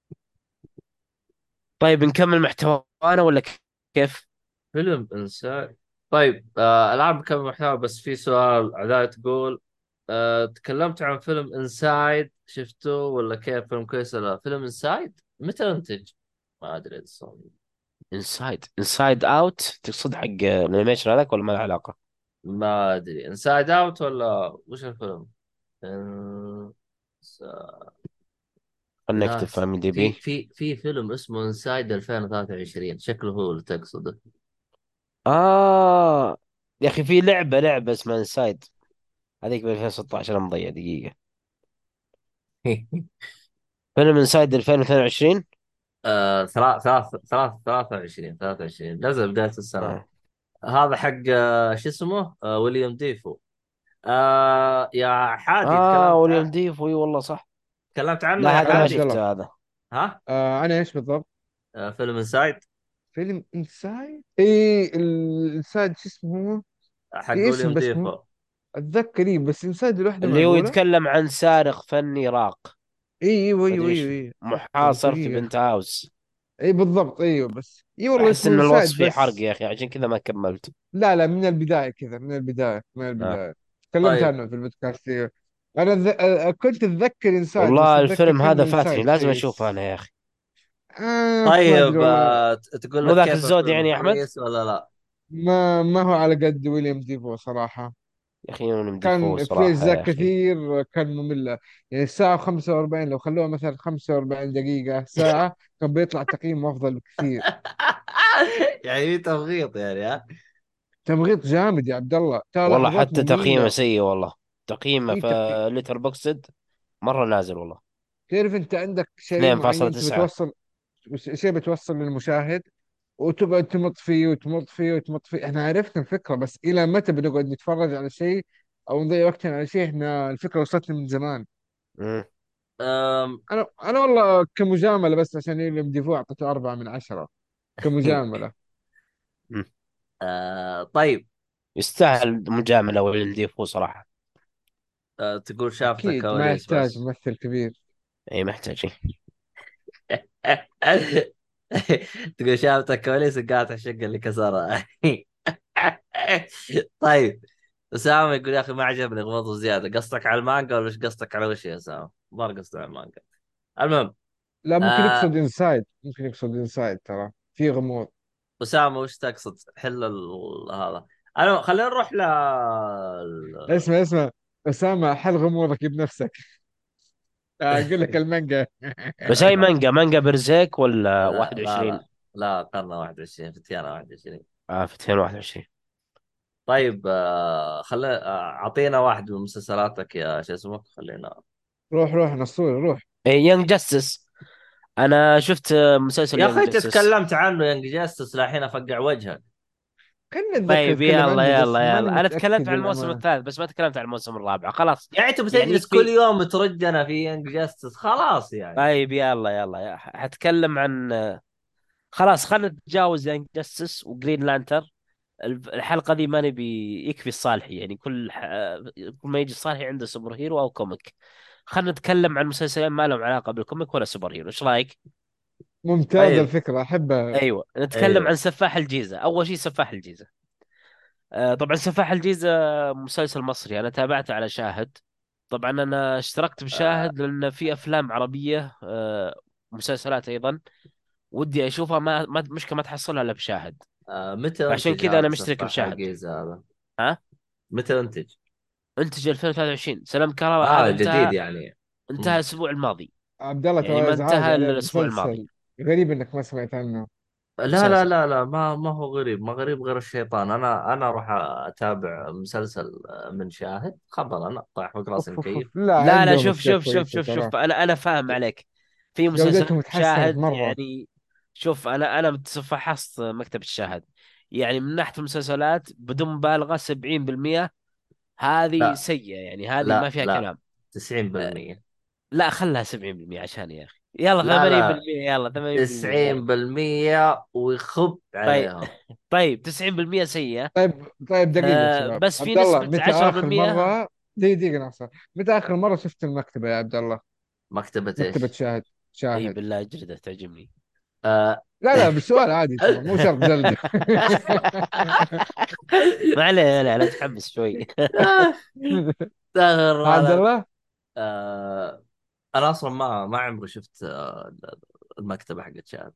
طيب نكمل محتوانا ولا كيف؟ فيلم انسان. طيب آه الان بكمل محتوى، بس في سؤال عداية تقول آه تكلمت عن فيلم انسايد، شفته ولا كيف؟ فيلم كويس ولا لا؟ فيلم انسايد متى انتج؟ ما ادري الصراحة. انسايد انسايد اوت تقصد حق الانيميشن هذاك ولا ما له علاقه؟ ما ادري انسايد اوت ولا وش الفيلم. آه... س- خلنا لا نكتب في س- ام دي في بي. في في فيلم اسمه انسايد ألفين وثلاثة وعشرين، شكله هو اللي تقصده. آه يا أخي في لعبة لعبة اسمها انسايد، هذيك ب ألفين وستة عشر. أنا مضيع دقيقة. فيلم انسايد ألفين واثنين وعشرين. آه... ثلاث ثلاث ثلاث ثلاثة وعشرين ثلاثة وعشرين نزل بداية السنة. آه, هذا حق آه، شو اسمه آه ويليام ديفو. آه يا حادي آه تكلمت وليم ع- ديف، وي والله صح. تكلمت عنه لا يا هذا ما عبد حادي. الله. شفته هذا. ها. آه انا ايش بالضبط؟ آه فيلم انسايد فيلم انسايد، اي الانسايد شو اسمه؟ حق في اسم ويليام بس مو ديفو. اتذكر. إيه بس انسايد لوحده اللي هو معقوله؟ يتكلم عن سارق فني راق، اي ايوه ايوه مدري ايوه ايش، ايوه. اوكي محاصر في دقيقه. بنت هاوس. اي بالضبط ايوه، بس اي والله أحس اسمه إن الوصف انسايد فيه حرق بس. يا أخي عشان كذا ما كملت. لا لا، من البدايه كذا، من البدايه من آه. البدايه. تكلمت طيب عنه في البودكاست. إيه. انا ذ... آه، كنت اتذكر انسايد، بس والله اتذكر الفيلم فيلم هذا فاتني، انسايد لازم شيء. أشوفه أنا يا أخي. آه ما ادري طيب والله. آه، ت- تقول مو لك ذاك كيف الزود يعني الفيلم يا احمد. كويس ولا لا؟ ما ما هو على قد ويليام ديفو صراحة. يا اخي انا مديفو كان في صراحه أجزاء يا اخي. كثير كان مملة. يعني الساعة خمسة وأربعين، لو خلوها مثلا خمسة وأربعين دقيقة ساعة كان بيطلع تقييم أفضل بكثير. يعني في تمغيط يعني ها. تمغيط جامد يا عبد الله، ترى والله لحظات حتى تقييمه مملة. سيء والله. تقييمه في في تقييم. ليتر بوكسد مره نازل والله. تعرف أنت عندك شيء معين تبي اثنين فاصلة تسعة. توصل، شيء بتوصل للمشاهد، وتقعد تمط فيه وتمط فيه وتمط فيه. احنا عرفنا الفكرة، بس إلى متى بنقعد نتفرج على شيء أو نضيع وقتنا على شيء؟ احنا الفكرة وصلتنا من زمان. مم. أم... أنا أنا والله كمجاملة، بس عشان يلم ديفو أعطيته أربعة من عشرة، كمجاملة. مم. آه طيب. يستاهل مجامله ويلم ديفو صراحه. آه تقول شافته أكيد ما كواليس يحتاج بس. ممثل كبير. اي محتاج. تقول شافته كواليس وقعت الشقة اللي كسرها. طيب. أسامة يقول يا أخي ما عجبني غموض زيادة، قصدك على المانجا ولا إيش قصدك على وش يا أسامة؟ ما قصدي على المانجا. المهم. لا، ممكن آه يقصد انسايد، ممكن يقصد انسايد، ترى في غموض. أسامة وش تقصد حل ال... هذا. أنا خلينا نروح ل اسمع اسمع، أسامة حل غموضك بنفسك. أقول لك المانجا. بس هاي مانجا مانجا برزيك ولا لا لا واحد وعشرين؟ لا لا، قرن واحد وعشرين، فتيانة واحد وعشرين. اه في ألفين وواحد وعشرين. طيب آه خلي آه، أعطينا واحد من مسلسلاتك يا شو اسمه، خلينا. روح روح نصور روح. يانج جاستس. انا شفت آه، مسلسل يا يانج أخي جاستس. تتكلمت عنه يا جاستس لحين أفقع وجهك. خلنا نتذكر طيب نتكلم يلا عنه، بس يلا ماني يلا، انا تكلمت متأكد عن الموسم للأمانة. الثالث بس ما تكلمت عن الموسم الرابع خلاص. يعني أنت يعني بتجلس كل يكفي. يوم ترجنا في يانج جاستس خلاص يعني. طيب يلا يلا يا- حتكلم عن آه، خلاص خلينا نتجاوز يانج جاستس وجرين لانتر. الف- الحلقة دي ما نبي. يكفي الصالحي يعني كل ح... كل ما يجي الصالحي عنده سوبر هيرو أو كوميك. خلينا نتكلم عن مسلسلين ما لهم علاقة بالكوميك ولا سوبر هيرو، إيش رأيك؟ ممتازة طيب. الفكرة، أحبها. أيوة نتكلم عن أيوه. سفاح الجيزة. أول شيء سفاح الجيزة. آه طبعا سفاح الجيزة مسلسل مصري أنا تابعته على شاهد. طبعا أنا اشتركت آه بشاهد لأن في أفلام عربية آه مسلسلات أيضا ودي أشوفها، ما, ما مشكلة ما تحصلها إلا بشاهد. آه متى فعشان أنتج كذا هذا أنا مشترك سفاح بشاهد. الجيزة هذا؟ ها. متى أنتج؟ انتج ألفين وثلاثة وعشرين سلام كرامة، هذا آه جديد انتهى. يعني. انتهى مم. الاسبوع الماضي. عبد الله يعني ترى ما إزعاج انتهى عليه الاسبوع الماضي. مسلسل، غريب إنك ما سمعت عنه. لا لا مسلسل. لا لا، ما ما هو غريب، ما غريب غير الشيطان. انا انا اروح اتابع مسلسل من شاهد خبر، انا طايح فوق راسي أوف أوف مكيف. أوف، لا لا لا عندهم شوف أشياء شوف شوف كويسة شوف ترى. شوف انا انا فاهم عليك. في مسلسلات جودتهم تحسنت شاهد مرة. يعني. شوف انا انا فحصت مكتب الشاهد. يعني من ناحية المسلسلات بدون مبالغة سبعين بالمئة هذه لا سيئة، يعني هذه ما لا فيها لا، كلام. أه، تسعين بالمية. لا خلها سبعين بالمئة عشان يا اخي، يلا لا لا، ثمانين بالمئة، يلا ثمانين بالمئة يلا. تسعين بالمية ويخب طيب. عليهم. طيب تسعين بالمئة سيئة. طيب طيب، دقيقة أه شباب، بس في عبد الله نسبة متى آخر عشرة بالمئة. مرة، دقيقة دقيقة ناصر، متى آخر مرة شفت المكتبة يا عبد الله؟ مكتبة مكتبة ايش؟ شاهد. اي شاهد. بالله جلدة تعجبني. آه. لا لا، بسؤال عادي ترى، مو شرط جلد. ما عليه ما عليه، انا متحمس شوي. استغفر الله عبد العظيم. الله. آه انا اصلا ما ما عمري شفت آه المكتبة حقت شاهد.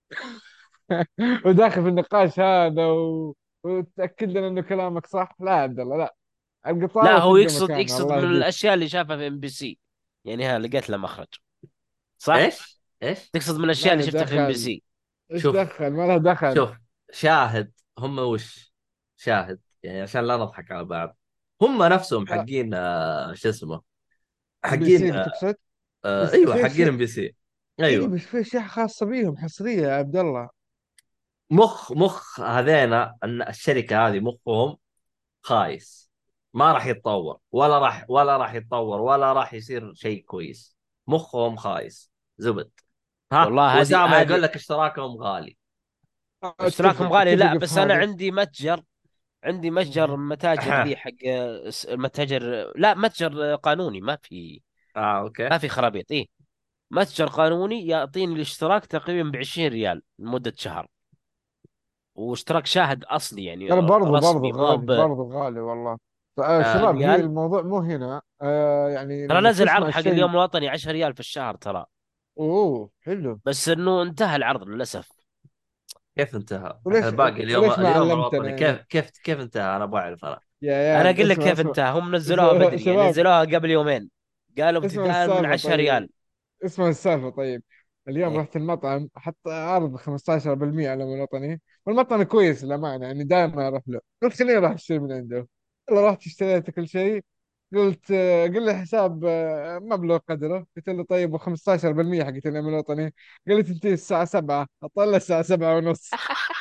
وداخل في النقاش هذا و... وتأكد لنا انه كلامك صح. لا يا عبد الله لا، لا القطاوة هو تبقى يقصد مكانها، يقصد الله من يهديك. الاشياء اللي شافها في ام بي سي. يعني ها لقيت له مخرج. صح. ايش ايش؟ تقصد من الاشياء ما اللي له شفتها في ام بي دخل. سي. ايش شوف دخل؟ ما له دخل. شوف، شاهد هم وش؟ شاهد يعني عشان لا نضحك على بعض، هم نفسهم آه، حقين آه شو اسمه، ام بي حقين سي آه بتقصد؟ آه بس ايوه في حقين اشياء. ام بي سي. اي ايوه. بس في اشياء خاصة بيهم حصرية يا عبد الله. مخ مخ هذينا ان الشركه هذه مخهم خايس، ما راح يتطور ولا راح ولا راح يتطور ولا راح يصير شيء كويس. مخهم خايس زبد. ها، والله هذه واسامه يقول هذه لك اشتراكهم غالي. اشتراكهم اتفق غالي. اتفق لا في بس انا هذه. عندي متجر. عندي متجر متاجر ذي حق متاجر، لا متجر قانوني ما في. اه اوكي. ما في خرابيط ايه. متجر قانوني يعطيني الاشتراك تقريبا ب عشرين ريال لمدة شهر. واشتراك شاهد اصلي يعني ترى برضو برضو رسمي مو غالي، ب برضو غالي والله. آه، آه شباب، هي ريال. الموضوع مو هنا، آه يعني ترى لما نزل تسمع عرض حق الشيء. اليوم الوطني عشرة ريال في الشهر ترى. اوه حلو. بس انه انتهى العرض للاسف. كيف انتهى؟ احنا وليش باقي اليوم وليش ما اليوم الوطني، علمتنا كيف يعني؟ كيف كيف انتهى؟ انا ابغى اعرف انا. يا انا عيال اقول لك اسمع كيف اسمع. انتهى، هم نزلوها اسمع بدري يعني، شباب، نزلوها قبل يومين، قالوا اسمع ابتداء من السالفة 10 طيب. ريال. اسمع السالفة طيب. اليوم ايه. رحت المطعم، حط عرض خمسة عشر بالمئة على الوطني، والمطعم كويس للأمانة يعني، دائما أروح له. قلت خليني أروح أشتري من عنده. يلا رحت اشتريت كل شيء. قلت آه، قل لي حساب آه، مبلغ قدره. قلت له طيب و خمسة عشر بالمئة حقت اليوم الوطني. قال لي تنتهي الساعة سبعة، أطلع الساعة سبعة ونص.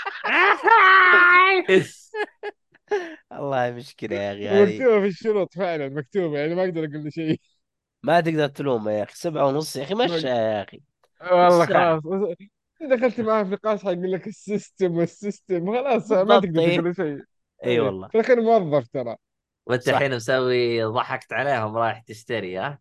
والله مشكلة يا اخي هذه. ومكتوبة في الشروط فعلا، مكتوبة يعني، ما أقدر أقول له شيء. ما تقدر تلومه يا اخي، سبعة ونص يا اخي مشى يا اخي. نص والله ساعة. خلاص. دخلت معاه في نقاش حيقول لك السيستم والسيستم، خلاص ما بالضبط تقدر ايه. تقول له شيء. اي ايه والله. في الاخير موظف ترى. وانت صح. الحين مسوي ضحكت عليهم رايح تشتري، ها؟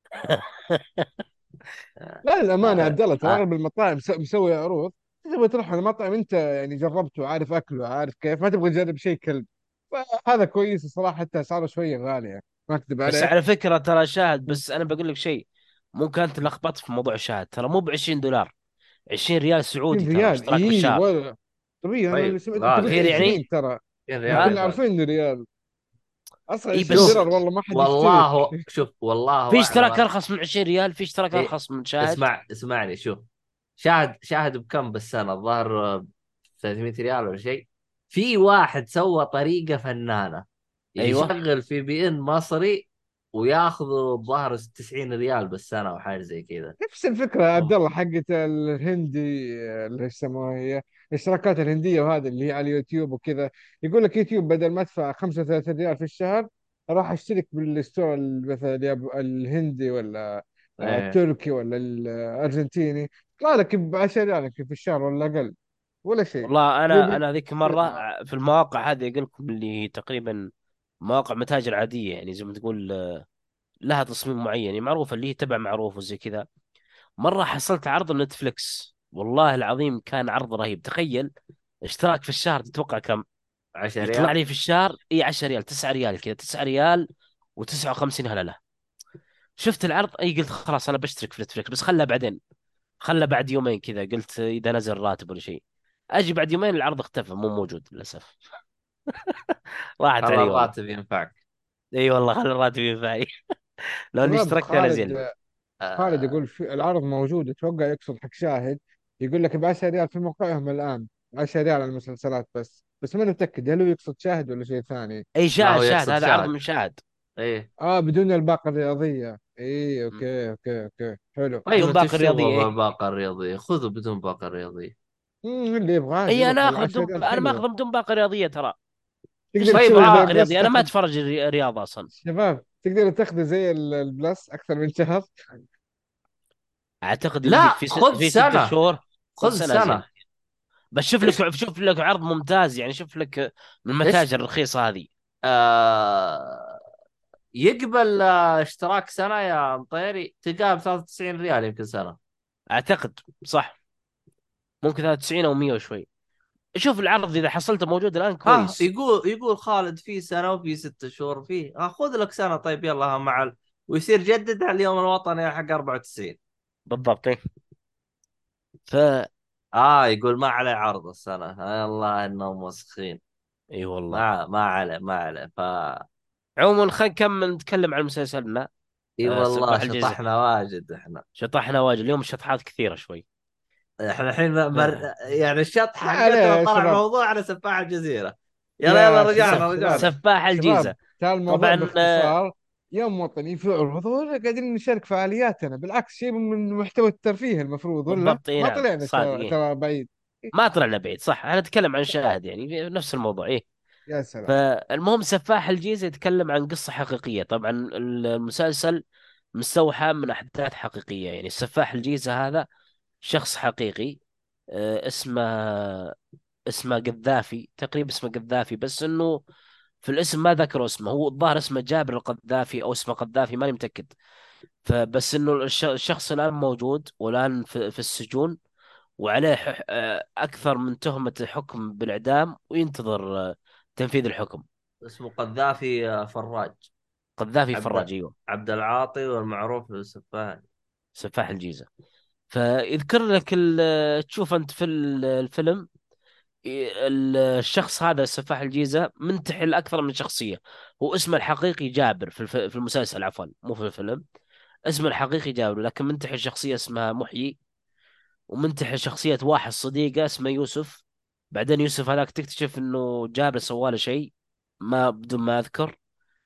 لا للامانه يا آه. عبد الله، ترى آه. اغلب المطاعم مس- مسوي عروض. تبغى تروح على مطعم انت يعني جربته، عارف اكله، عارف كيف، ما تبغى تجرب شيء كلب. فهذا كويس الصراحه، حتى اسعاره شويه غاليه، ما اكذب بس عليك. على فكرة ترى شاهد، بس انا بقول لك شيء. ممكن انت لخبطت في موضوع شاهد، ترى مو ب عشرين دولار، عشرين ريال سعودي عشرين ترى ريال اشتراك اي بالشهر. ولا؟ طبيعي انا اللي طيب سمعت انت قلت غالي. تخيل عشرين يعني. ترى. عشرين احنا ريال ها. كنا غالي. عارفين انه ريال. اصلا اي عشرين بس درهم شوف، والله ما حد يشترك. والله شوف والله في اعلم اشتراك انا. ارخص من عشرين ريال، في اشتراك إيه، ارخص من شاهد. اسمع اسمعني شوف. شاهد شاهد بكم بالسنة الظاهر؟ آه، ثلاثمية ريال ولا شيء. في واحد سوى طريقة فنانة، ايوه. يشغل في بي ان مصري وياخذ الظاهر تسعين ريال بالسنة او حاجة زي كذا. نفس الفكرة يا عبد الله حقت الهندي، اللي يسموها هي الاشتراكات الهندية، وهذا اللي هي على اليوتيوب وكذا. يقول لك يوتيوب بدل ما ادفع خمسة وثلاثين ريال في الشهر، راح اشترك بالستور ال- مثلا الياب- الهندي ولا آه، ايه التركي ولا الارجنتيني، يطلع لك ب عشرة ريال يمكن في الشهر ولا اقل، ولا شيء. والله بي- انا بي- انا ذيك مره في المواقع هذه اقول لكم اللي تقريبا مواقع متاجر عاديه يعني زي ما تقول، آه، لها تصميم معين يعني معروفه، اللي هي تبع معروف وزي كذا. مره حصلت عرض نتفليكس، والله العظيم كان عرض رهيب. تخيل اشتراك في الشهر تتوقع كم؟ عشرة يطلع ريال. لي في الشهر اي عشرة ريال، تسعة ريال كذا، تسعة ريال و59 هلله. شفت العرض اي قلت خلاص انا بشترك في نتفليكس، بس خلها بعدين، خلى بعد يومين كذا، قلت اذا نزل راتب ولا شيء. اجي بعد يومين العرض اختفى، مو موجود للاسف. راحت خلى علي والله. الراتب ينفعك. اي والله خلى الراتب ينفعي. لو اني شباب اشتركت انا زين. خالد، خالد آه. يقول في العرض موجود، اتوقع يقصد حق شاهد. يقول لك ب عشرة ريال في موقعهم الان، عشرة ريال على المسلسلات بس بس ما متاكد هل هو يقصد شاهد ولا شيء ثاني. اي لا شاهد، هو شاهد يقصد هذا عرض شاهد. من شاهد. ايه. اه بدون الباقه الرياضيه، اي مم. اوكي اوكي اوكي حلو. طيب بدون انت باقي ايش الرياضيه تبغى ايه. بالباقة الرياضية؟ خذه بدون باقة رياضية. امم اللي يبغى عادي اي يروح انا على اخذ عشرة بدون، ريال انا حلوه. ماخذ بدون باقي رياضيه ترى. ايش تقدر دخل طيب تسوي بدون زي باقي آه. بلس رياضيه؟ انا ما تاخذ. اتفرج الري- رياضه اصلا. شباب تقدر تاخذه زي ال- البلس اكثر من شهر. اعتقد يمديك لا في ست خذ في ست سنة. شهور خذ خذ سنه زين. سنة. بس شوف ايش؟ لك شوف لك عرض ممتاز يعني، شوف لك من ايش؟ المتاجر الرخيصه هذه. آه... يقبل آه، اشتراك سنة يا مطيري، تلقاه ب ثلاثة وتسعين ريال يمكن سنة. اعتقد صح، ممكن ثلاثة وتسعين او مية وشوي. شوف العرض اذا حصلته موجود الان ها كويس. يقول يقول خالد في سنة وفي ست شهور فيه، ها خذ لك سنة طيب يلا، ها مع ال... ويصير جدد على اليوم الوطني حق أربعة وتسعين. بالضبط إيه. ف اه يقول ما عليه عرض السنة، ها الله انهم مسخين. اي والله. ما ما عليه ما عليه ف عموما خلينا نكمل نتكلم عن مسلسلنا. اي آه والله سفاح الجيزه. شطحنا واجد احنا. شطحنا واجد اليوم، شطحات كثيره شوي. احنا الحين مر... ف... يعني الشط ما حقتنا عليه يا طلع شباب. موضوع على سفاح الجزيرة. يلا يلا يا رجعنا شباب سف... شباب رجعنا. سفاح شباب، الجيزه. كان الموضوع طبعا آه، باختصار. يوم وطني في عروض ولا قاعدين نشارك فعالياتنا، بالعكس شيء من محتوى الترفيه المفروض، ولا بالضبط اي ما نعم طلعنا صادق شا- إيه. ترى بعيد. ما طلعنا بعيد صح، انا اتكلم عن شاهد يعني في نفس الموضوع ايه. يا سلام. فالمهم سفاح الجيزه يتكلم عن قصه حقيقيه، طبعا المسلسل مستوحى من احداث حقيقيه يعني. السفاح الجيزه هذا شخص حقيقي، آه، اسمه اسمه قذافي تقريبا، اسمه قذافي، بس انه في الاسم ما ذكروا اسمه، هو الظاهر اسمه جابر القذافي او اسمه قذافي ماني متأكد. فبس انه الش- الشخص الان موجود والان في, في السجون، وعليه ح- آه، اكثر من تهمة حكم بالاعدام، وينتظر آه، تنفيذ الحكم. اسمه قذافي آه، فراج. قذافي عبد فراج ايوه. عبد العاطي والمعروف بالسفاح. سفاح الجيزة. فيذكر لك ال- تشوف انت في ال- الفيلم ال- الشخص هذا سفاح الجيزة منتحل أكثر من شخصية. هو اسمه الحقيقي جابر في الف... في المسلسل، عفوا مو في الفيلم. اسمه الحقيقي جابر، لكن منتحل شخصية اسمها محيي، ومنتحل شخصية واحد صديقه اسمه يوسف. بعدين يوسف هذاك تكتشف انه جابر سواله شيء ما بدون ما اذكر.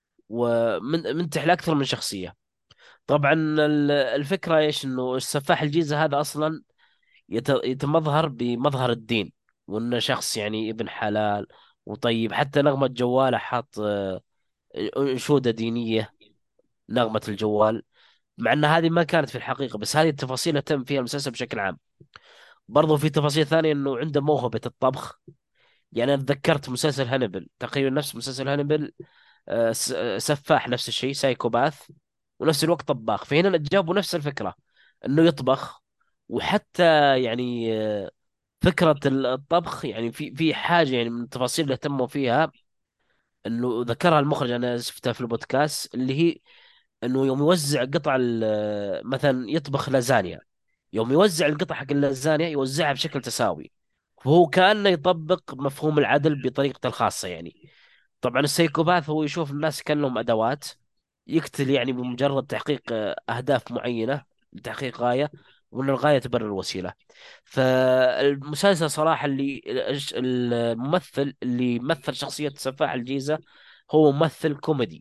ومن منتحل اكثر من شخصية. طبعا ال- الفكرة ايش؟ انه السفاح الجيزة هذا اصلا يت- يتمظهر بمظهر الدين، وانه شخص يعني ابن حلال وطيب. حتى نغمة جواله حاط آه، انشودة دينية، نغمة الجوال. مع ان هذه ما كانت في الحقيقة، بس هذه التفاصيل اللي تم فيها المسلسل بشكل عام. برضو في تفاصيل ثانية انه عنده موهبة الطبخ. يعني انا تذكرت مسلسل هانيبال، تقريبا نفس مسلسل هانيبال. آه، س- آه، سفاح نفس الشيء، سايكوباث، ونفس الوقت طباخ. فهنا جابوا نفس الفكرة، انه يطبخ. وحتى يعني آه، فكرة الطبخ، يعني في في حاجة يعني من التفاصيل اللي اهتموا فيها، انه ذكرها المخرج، انا شفتها في البودكاست، اللي هي انه يوم يوزع قطع ال- مثلا يطبخ لازانيا، يوم يوزع القطع حق اللازانيا يوزعها بشكل تساوي. فهو كأنه يطبق مفهوم العدل بطريقته الخاصة يعني. طبعا السيكوباث هو يشوف الناس كأنهم أدوات، يقتل يعني بمجرد تحقيق آه، أهداف معينة، لتحقيق غاية، وأن الغاية تبرر الوسيلة. فالمسلسل صراحة، اللي الش- الممثل اللي مثل شخصية سفاح الجيزة هو ممثل كوميدي،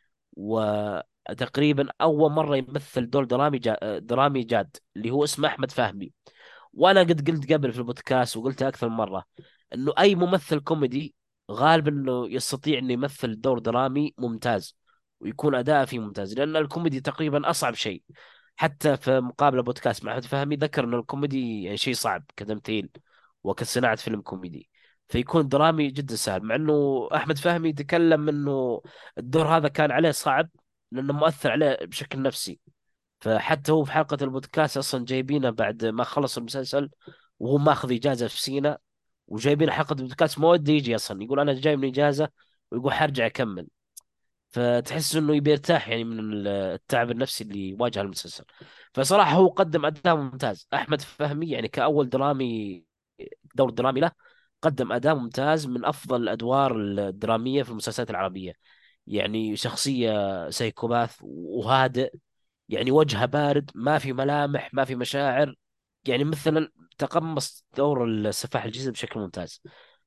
وتقريبا أول مرة يمثل دور درامي جا درامي جاد، اللي هو اسمه أحمد فهمي. وانا قد قلت قبل في البودكاست وقلتها اكثر من مره، انه اي ممثل كوميدي غالبا انه يستطيع انه يمثل دور درامي ممتاز، ويكون اداءه فيه ممتاز، لان الكوميدي تقريبا اصعب شيء. حتى في مقابله بودكاست مع احمد فهمي ذكر انه الكوميدي يعني شيء صعب كتمثيل وكصناعه فيلم كوميدي. فيكون درامي جدا سهل، مع انه احمد فهمي تكلم انه الدور هذا كان عليه صعب، لانه مؤثر عليه بشكل نفسي. فحتى هو في حلقة البودكاست أصلا جايبينه بعد ما خلص المسلسل وهو ماخذ إجازة في سينا، وجايبين حلقة البودكاست ما وده يجي أصلا، يقول أنا جاي من إجازة، ويقول حرجع أكمل. فتحس إنه يبي يرتاح يعني من ال- التعب النفسي اللي واجهه المسلسل. فصراحة هو قدم أداء ممتاز. أحمد فهمي يعني كأول درامي، دور درامي له، قدم أداء ممتاز، من أفضل الأدوار الدرامية في المسلسلات العربية. يعني شخصية سايكوباث وهادئ، يعني وجهه بارد، ما في ملامح، ما في مشاعر. يعني مثلا تقمص دور السفاح الجيزة بشكل ممتاز.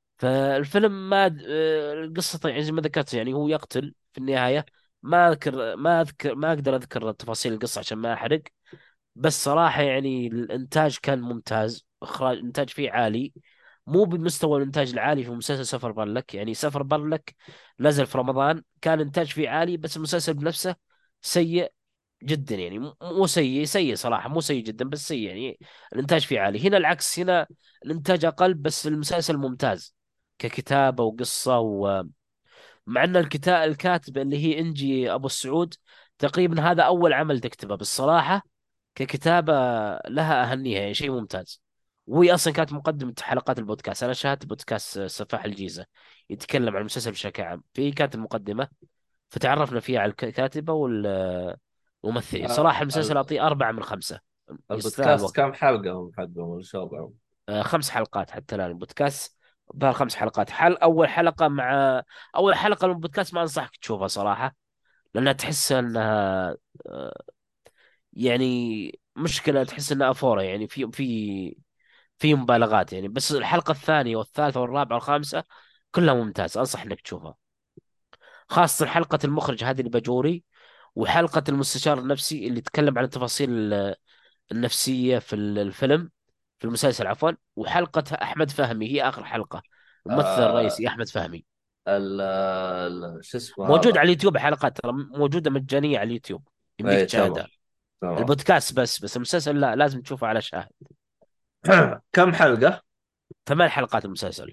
فالفيلم ما آه، القصة يعني زي ما ذكرت، يعني هو يقتل في النهاية. ما أذكر ما أذكر ما أقدر أذكر تفاصيل القصة عشان ما أحرق. بس صراحة يعني الإنتاج كان ممتاز، إخراج إنتاج فيه عالي، مو بمستوى الإنتاج العالي في مسلسل سفر بارلك. يعني سفر بارلك نزل في رمضان، كان إنتاج فيه عالي، بس المسلسل بنفسه سيء جدا. يعني مو مو سيء سيء صراحة، مو سيء جدا بس سيء يعني. الإنتاج فيه عالي. هنا العكس، هنا الإنتاج أقل بس المسلسل ممتاز ككتابة وقصة. ومع أن الكتاب الكاتبة اللي هي إنجي أبو السعود، تقريبا هذا أول عمل تكتبه بالصراحة ككتابة، لها أهمية يعني شيء ممتاز. وهي أصلا كانت مقدمة حلقات البودكاست. أنا شاهدت بودكاست سفاح الجيزة يتكلم عن المسلسل بشكل عام، فهي كانت المقدمة، فتعرفنا فيها على الكاتبة والممثلين. آه صراحة المسلسل ال- أعطيه أربعة من خمسة، يستاهل البودكاست وقت. كم حلقة هم حقهم ولا شو وضعهم؟ آه، خمس حلقات حتى الآن البودكاست. ظهر خمس حلقات. حل أول حلقة مع أول حلقة من البودكاست ما أنصحك تشوفها صراحة، لأنها تحس أنها آه، يعني مشكلة، تحس أنها أفورة، يعني في في في مبالغات يعني. بس الحلقة الثانية والثالثة والرابعة والخامسة كلها ممتاز، أنصح إنك تشوفها. خاصة حلقة المخرج هذه الباجوري، وحلقة المستشار النفسي اللي يتكلم عن التفاصيل ال- النفسية في ال- الفيلم، في المسلسل عفوا. وحلقة أحمد فهمي هي آخر حلقة، الممثل آه الرئيسي أحمد فهمي. ال ال- شو اسمه موجود هذا؟ على اليوتيوب حلقات، ترى موجودة مجانية على اليوتيوب، يمديك اي تمام تشاهدها. تمام. البودكاست بس بس المسلسل لا، لازم تشوفه على شاهد. كم حلقة؟ ثمان حلقات المسلسل.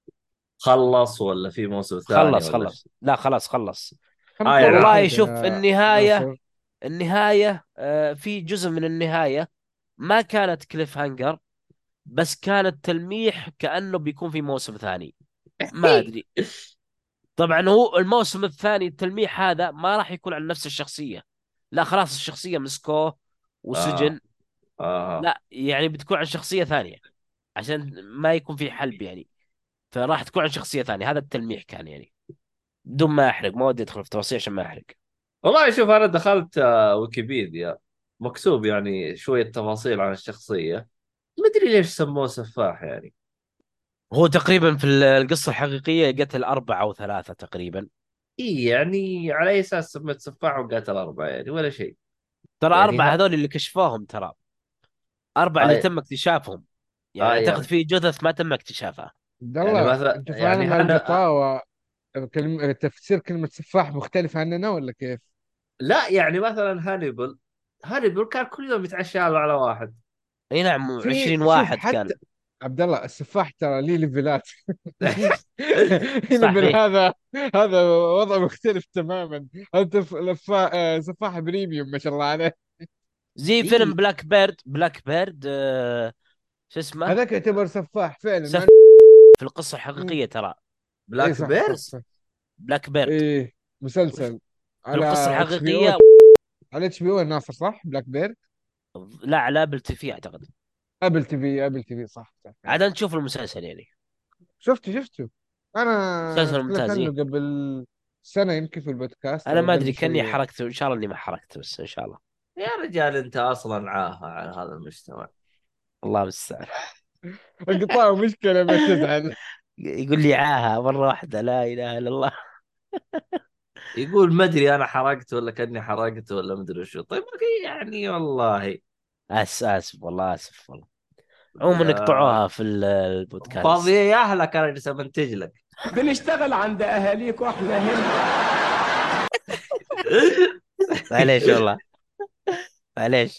خلص ولا في موسم ثاني خلص ولا ش... خلص لا خلاص خلص. اه حلقة يعني والله واحدة شوف يا النهاية، ناصر. النهاية آه، في جزء من النهاية ما كانت كليف هانجر، بس كانت تلميح كأنه بيكون في موسم ثاني. ما أدري. طبعا هو الموسم الثاني التلميح هذا ما راح يكون عن نفس الشخصية، لا خلاص الشخصية مسكوه اه وسجن. آه. لا يعني بتكون عن شخصية ثانية عشان ما يكون في حلب يعني. فراح تكون عن شخصية ثانية، هذا التلميح كان يعني، بدون ما احرق، ما ودي ادخل في تفاصيل عشان ما احرق. والله شوف، أنا دخلت آه، ويكيبيديا، مكتوب يعني شوية تفاصيل عن الشخصية. ما أدري ليش سموه سفاح يعني. هو تقريبا في ال- القصة الحقيقية قتل أربعة أو ثلاثة تقريبا. إي يعني على أي أساس سميت سفاح وقاتل أربعة يعني ولا شيء. ترى يعني أربعة ها. هذول اللي كشفوهم، ترى أربعة اللي آه. تم اكتشافهم. يعني آه أعتقد يعني. في جثث ما تم اكتشافها. عبد يعني الله، مثلا انت يعني فاهم هنا. القطاوة؟ كلمة تفسير كلمة سفاح مختلف عننا ولا كيف؟ لا يعني مثلا هانيبال، هانيبال كان كل يوم يتعشى له على واحد. اي نعم، في عشرين شوف واحد كان. حتى عبد الله، السفاح ترى ليه ليفلات. صح ليفل فيه. هذا، هذا وضع مختلف تماما. انت ف- لفا آه، سفاح بريميوم ما شاء الله عليه. زي فيلم اي. بلاك بيرد، بلاك بيرد آه شو اسمه. هذاك يعتبر سفاح فعلا سف ما. في القصة مم. الحقيقية ترى. اي بلاك صح صح بيرز. صح. بلاك بيرد. ايه مسلسل في على القصة اتش بي او. الحقيقية. على اتش بي او الناصر، صح؟ بلاك بيرد. لا، على ابل تي في اعتقد. ابل تي في، ابل تي في، صح صح. عاد انت تشوف المسلسل يعني. شفته شفته. انا مسلسل تكلمت ممتاز عنه إيه. قبل سنة يمكن في البودكاست انا او ما اقل ادري كاني بشوية. حركته، ان شاء الله اني ما حركته، بس ان شاء الله. يا رجال انت اصلا عاهة على هذا المجتمع. الله المستعان. القطاع مشكلة ما تزعل. يقول لي عاهه مره واحده، لا اله الا الله. يقول ما ادري انا حرقت ولا كاني حرقت ولا ما ادري شو. طيب اوكي يعني والله. اسف اسف والله، اسف والله. عموما يا اقطعوها في ال- فاضي البودكاست. يا اهلك، انا جالس امنتج لك. بنشتغل عند اهاليك واحنا هنا. معليش والله، معليش.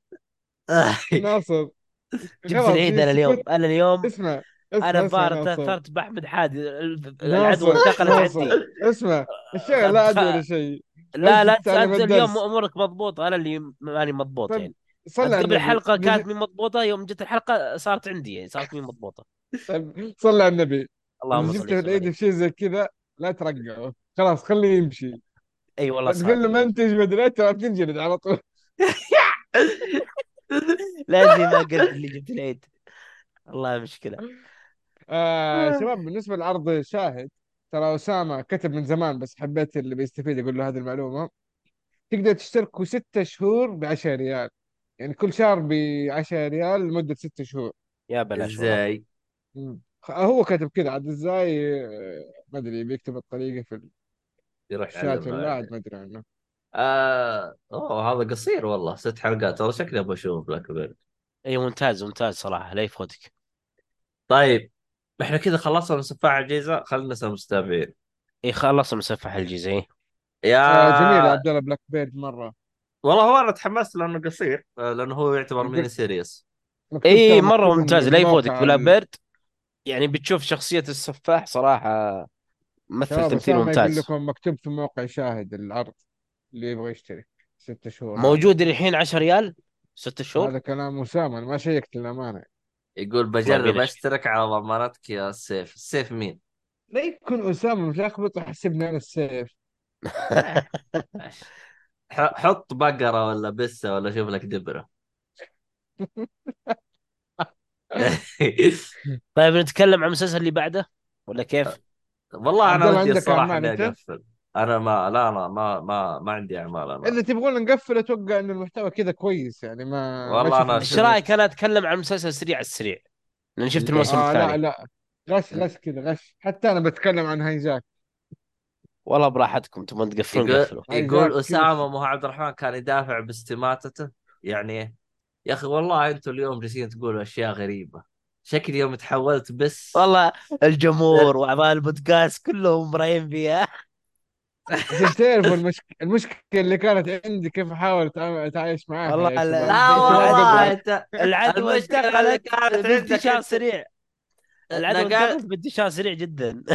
ناصر، جبت خلاص العيد انا اليوم، يسكت. انا اليوم. اسمع انا اسمع اسمع الظاهر ناصر. تاثرت باحمد حادي، ال- العدوى ناصر انتقلت ناصر عندي. اسمع. الشيء خد لا خ... ادري ولا شيء. لا امشي لا، في انت تعليم أنت اليوم الدرس. امورك مضبوطه، انا اللي ماني مضبوط طيب يعني. صلى انت على قبل النبي الحلقه نز... كانت مي مضبوطه، يوم جت الحلقه صارت عندي يعني، صارت مي مضبوطه. طيب صلى على النبي. اللهم اذا صل شفته في وسلم العيد عليه. في شيء زي كذا لا ترقعه، خلاص خليه يمشي. اي والله لا تقول له صادق إيه. منتج مدري إيه، ترى بتنجلد على طول. لا زي ما قلت اللي جبت العيد. والله مشكله. آه آه. شباب، بالنسبة لعرض شاهد، ترى أسامة كتب من زمان بس حبيت اللي بيستفيد يقول له هذه المعلومة. تقدر تشتركوا ستة شهور بعشرة ريال، يعني كل شهر بعشرة ريال لمدة ستة شهور. يا بلاش والله. ازاي؟ مم. هو كاتب كذا، عاد ازاي آه، ما ادري بيكتب الطريقة في يروح الشات يعلمنا ولا لا، عاد عليه. ما ادري عنه. آه... اوه هذا قصير والله، ست حلقات، والله شكلي ابغى اشوف بلاك بيرد. اي ممتاز ممتاز صراحه، لا يفوتك. طيب احنا كذا خلصنا من سفاح الجيزه، خلينا نسال المستمعين. اي خلص مصفح الجزء. آه جميل يا يا عبد الله، بلاك بيرد مرة. والله هو انا تحمست لانه قصير، آه، لانه هو يعتبر ميني قلت سيريس. مكتوب اي ترى، مره مكتوب ممتاز، لا يفوتك الموقع بلا ال- بيرد. يعني بتشوف شخصيه السفاح صراحه، ممثل شباب تمثيل أسامة يقول ممتاز. لكم مكتوب في موقع شاهد العرض، اللي يبغى يشترك ستة شهور عادي. موجود الحين عشرة ريال، ست شهور. هذا كلام أسامة، أنا ما شيكت للأمانة. يقول الله بجرب يبينك. اشترك على ضمانتك يا سيف. السيف مين؟ لا يكون أسامة متلخبط وحسبني أنا السيف. آه، ح- حط بقرة ولا بسة ولا شوف لك دبرة. طيب نتكلم عن المسلسل اللي بعده ولا كيف؟ والله انا عبد الله ودي عندك الصراحة أعمال اني أنت؟ اقفل. انا ما لا انا ما ما ما عندي اعمال انا. إذا تبغون نقفل أتوقع إن المحتوى كذا كويس، يعني ما ما والله أشوف انا ايش شفت. رايك إنتاجية. انا اتكلم عن مسلسل سريع السريع، لان شفت الموسم آه لا الثاني. لا، غش غش كذا غش، حتى أنا بتكلم عن هايجاك. والله براحتكم، تبون تقفلون يقول قفلوا. يقول هايجاك كيف؟ اسامه مو عبد الرحمن كان يدافع باستماتته. يعني إيه؟ يا اخي والله انتم اليوم جالسين تقولوا اشياء غريبه. شكلي يوم تحولت بس. والله الجمهور واعضاء البودكاست كلهم مرايين فيها. عشان تعرفوا المشك... المشكلة اللي كانت عندي كيف أحاول أتع- أتعايش معاها والله يا ال- شباب، لا ال- عشان ما العدوى، والله أقطعك. انت. العدوى المشكله اللي انتقلت كانت عندك بانتشار انت. سريع. العدوى نقل. انتقلت بانتشار سريع جدا.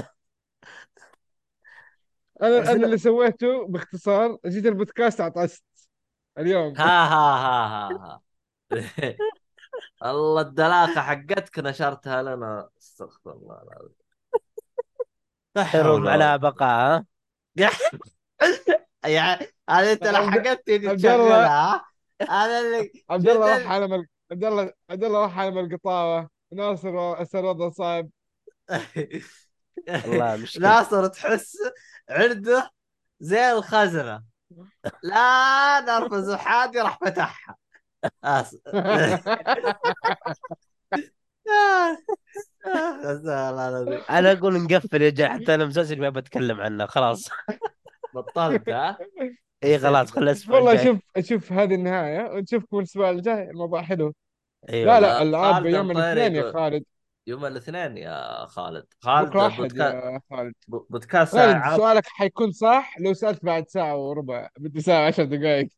أنا أنا أرسل- اللي سويته باختصار، جيت البودكاست عطست اليوم. ها ها ها ها ها. الله الدلاخه حقتك نشرتها لنا، استغفر الله العظيم. لا حول حروم ولا على بقاء ها. يعني هذه انت عبد لحقت تيجي عبد الله، تشغلها. هذا اللي عبد شفت الله راح ال- عالم ال... عبد الله عبد الله راح عالم القطاوة. ناصر أسر وضع صعب. والله مشكلة. ناصر تحس عنده زي الخزنة، لا نرفز حادي راح فتحها. آس... الله العظيم. انا اقول نقفل يا جماعة، حتى انا مسلسل ما بتكلم عنه خلاص. بطلت ها؟ اي حسيت خلاص، ب... خلي الاسبوع والله الجاي. شوف شوف هذه النهاية، ونشوفكم الأسبوع الجاي، الموضوع حلو. اي لا والله. لا، آه الألعاب خالد يوم المطيري الاثنين يا يقول خالد. يوم الاثنين يا خالد. خالد بكرة أحد بودكاست، يا خالد. بودكاست خالد العاب. سؤالك حيكون صح لو سألت بعد ساعة وربع، بدي ساعة عشر دقائق.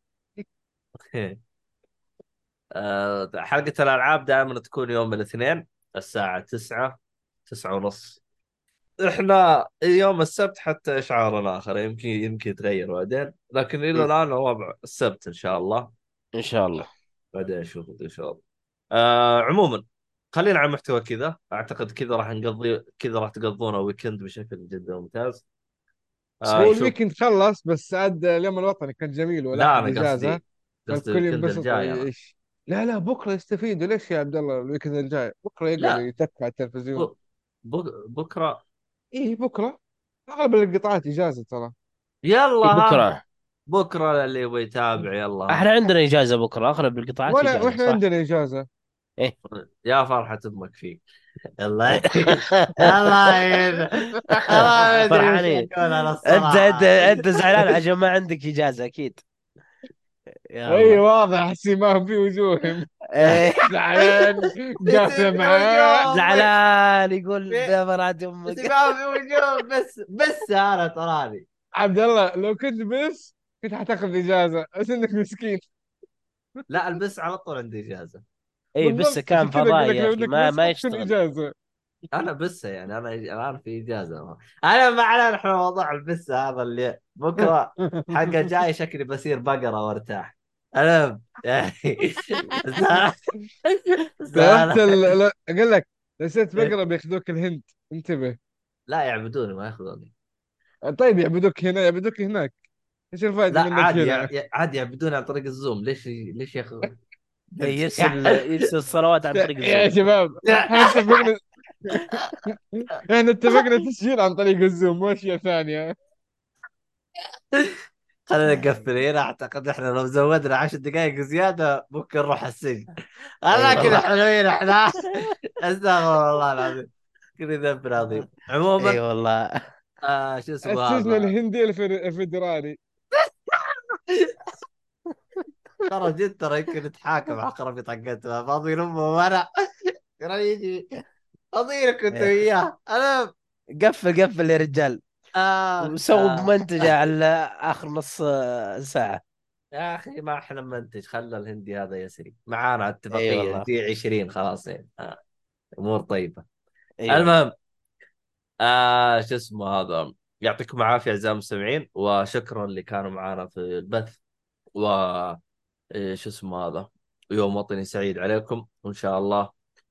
آه، حلقة الالعاب دائما تكون يوم الاثنين الساعة تسعة، تسعة ونص. احنا يوم السبت حتى اشعارنا اخر، يمكن يمكن يتغير بعدين، لكن الى م. الان الوضع السبت ان شاء الله. ان شاء الله. بعدين نشوف ان شاء الله. آه عموما، خلينا على محتوى كذا. اعتقد كذا راح نقضي، كذا راح تقضونا ويكند بشكل جدا ممتاز. آه هو صحيح. نشوف. الويكند خلص، بس عاد اليوم الوطني كان جميل لا والأحد انا إجازة. قصدي، قصدي فالكل الويكند ينبسط الجاي انا. ويعيش. لا لا، بكرة يستفيدوا. ليش يا عبد الله الويكند الجاي؟ بكرة يقعدوا لا يتكوا على التلفزيون. ب... ب... بكره. إيه بكرة. أغلب القطاعات إجازة ترى. يلا إي ها، بكره. بكره اللي يبغى يتابع يلا ها. احنا عندنا اجازة بكرة، اغلب القطاعات وأنا اجازة وإحنا صح؟ عندنا إجازة. ايه. يا فرحة امك فيك. الله الله يعين. انا ما ادري وش فرحانين. اقول انا انت انت الصراحة. انت زعلان عشان ما عندك اجازة اكيد. أي يلا. واضح سيماهم في وجوههم. ايه. زعلان. قافلة اسم في معاه. وجوههم بس. زعلان يقول في بمرات امك. اسمعوا في وجوههم بس، بس انا تراني. عبد الله لو كنت بس كنت حتاخذ إجازة، بس إنك مسكين. لا البس على طول عندي اجازة. اي بس بالضبط، عشان كان كذا أقول فضائي لك يا لو اخي، إنك ما بس ما حتكون يشتغل. إجازة. انا بس يعني انا الان في اجازة. انا معنا نحن موضوع البس هذا اللي بكره حلقة جاي شكلي بصير بقرة وارتاح. انا يعني لو رحت زعل. ال... لا، اقول لك لو صرت بقرة بياخذوك الهند. انتبه. لا يعبدوني ما ياخذوني. طيب يعبدوك هنا يعبدوك هناك. ايش الفائدة لا منك عادي هنا؟ يع- عادي يعبدوني عن طريق الزوم. ليش ليش ياخذ إيه، بنت؟ يرسل يرسل الصلوات عن طريق يا الزوم. شباب، احنا اتفقنا. احنا اتفقنا تسجيل عن طريق الزوم، مو اشياء ثانية. خلينا نقفل هنا. اعتقد احنا لو زودنا عشر دقائق زياده ممكن نروح السجن. اي الله كذا والله. حلوين احنا. استغفر الله العظيم، كذا ذنب عظيم. اي عموما، والله. آه شو اسمه السجن هذا. الهندي الفر- الفدرالي. ترى جد ترى يمكن نتحاكم على خرابيط حقتها فاضي امه وانا ترى يجي اضيرك انت إيه. وياه انا. قفل قفل يا رجال. آه وسووا آه. بمنتجة على اخر نص ساعة. يا اخي ما احنا منتج، خلى الهندي هذا يسري معانا على اي اتفاقيه والله. جي عشرين خلاص يعني. آه. امور طيبه. اي والله. المهم، آه شو اسمه هذا. يعطيكم العافيه اعزائي المستمعين، وشكرا اللي كانوا معانا في البث. و إيه، شو اسمه هذا. يوم وطني سعيد عليكم، وان شاء الله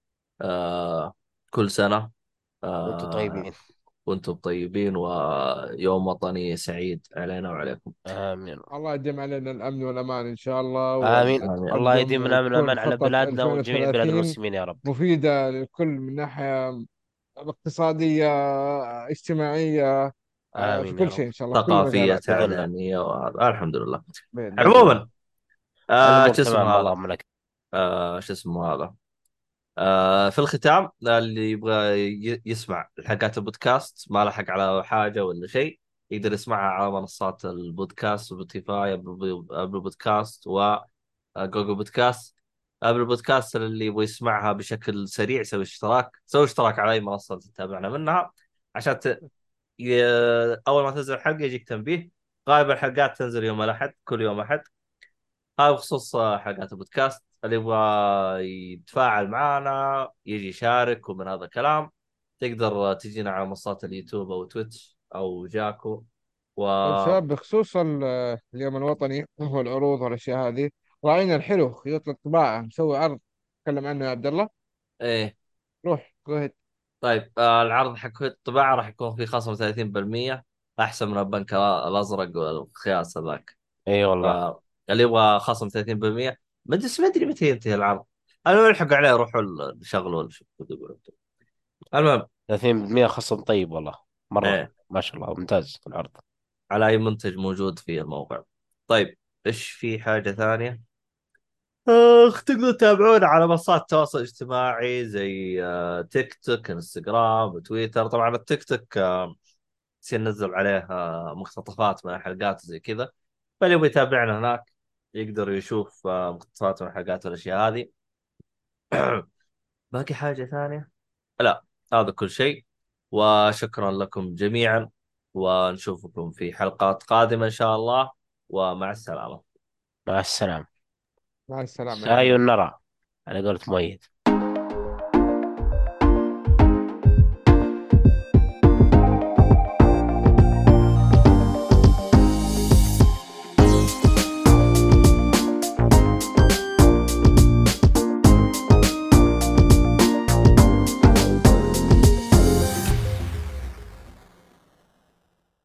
آه كل سنه وانتم آه طيبين. وانتم طيبين، ويوم وطني سعيد علينا وعليكم. امين. الله يديم علينا الامن والامان ان شاء الله امين. آمين. الله والتقدم، يديمنا من وتكون امان على خطة بلادنا وجميع بلاد ألفين وثلاثين المسلمين يا رب. مفيدة للكل من ناحية اقتصادية، اجتماعية، آه، في امين يا كل رب. شيء ان شاء الله، في كل ثقافيه المجالات باذن يعني. الله. تعليميه، وهذا الحمد لله. بإذن باذن الله. الله. عموما، آه الامور شو اسمه تمام هذا. اللهم لك. آه شو اسمه هذا. آه في الختام، اللي يبغى ي- يسمع الحلقات البودكاست ما لحق على حاجة ولا شيء، يقدر يسمعها على منصات البودكاست: سبوتيفاي، أبل أبل بودكاست، وجوجل بودكاست. أبل بودكاست اللي يبغى يسمعها بشكل سريع يسوي اشتراك، سوي اشتراك على أي منصة تتابعنا منها، عشان ت... ي... أول ما تنزل الحلقة يجيك تنبيه. غالبا الحلقات تنزل يوم الأحد، كل يوم أحد. هذا بخصوص حلقات البودكاست. اللي يبغى يتفاعل معنا يجي يشارك ومن هذا الكلام، تقدر تجينا على منصات اليوتيوب او تويتش او جاكو. و طيب شباب، بخصوص ال- اليوم الوطني والعروض والاشياء هذه، راعينا الحلو خيوط الطباعة مسوي عرض، تكلم عنه يا عبد الله. ايه. روح جو. طيب آه العرض حق الطباعة راح يكون فيه خصم ثلاثين بالمية، احسن من البنك الازرق والخياس هذاك. اي ف والله. اللي يبغى خصم ثلاثين بالمئة. ما ادري ما ادري متى ينتهي العرض. انا الحق عليه، روحوا شغلوا ولا شو تقولوا انتم. المهم. ثلاثين بالمئة خصم طيب والله، مرة ايه. ما شاء الله ممتاز العرض. على اي منتج موجود في الموقع. طيب، ايش في حاجة ثانية؟ اخ، تقدروا تتابعونا على منصات التواصل الاجتماعي زي آه، تيك توك، انستغرام، تويتر. طبعا التيك توك آه، يصير ننزل عليه آه، مقتطفات من الحلقات زي كذا، فاللي يبغى يتابعنا هناك يقدر يشوف آه، مقتطفات من الحلقات والاشياء هذه. باقي حاجة ثانية؟ لا، هذا كل شيء. وشكرا لكم جميعا، ونشوفكم في حلقات قادمة إن شاء الله، ومع السلامة. مع السلامة. مع السلامة يا ساي عم. نرى على قولة مؤيد.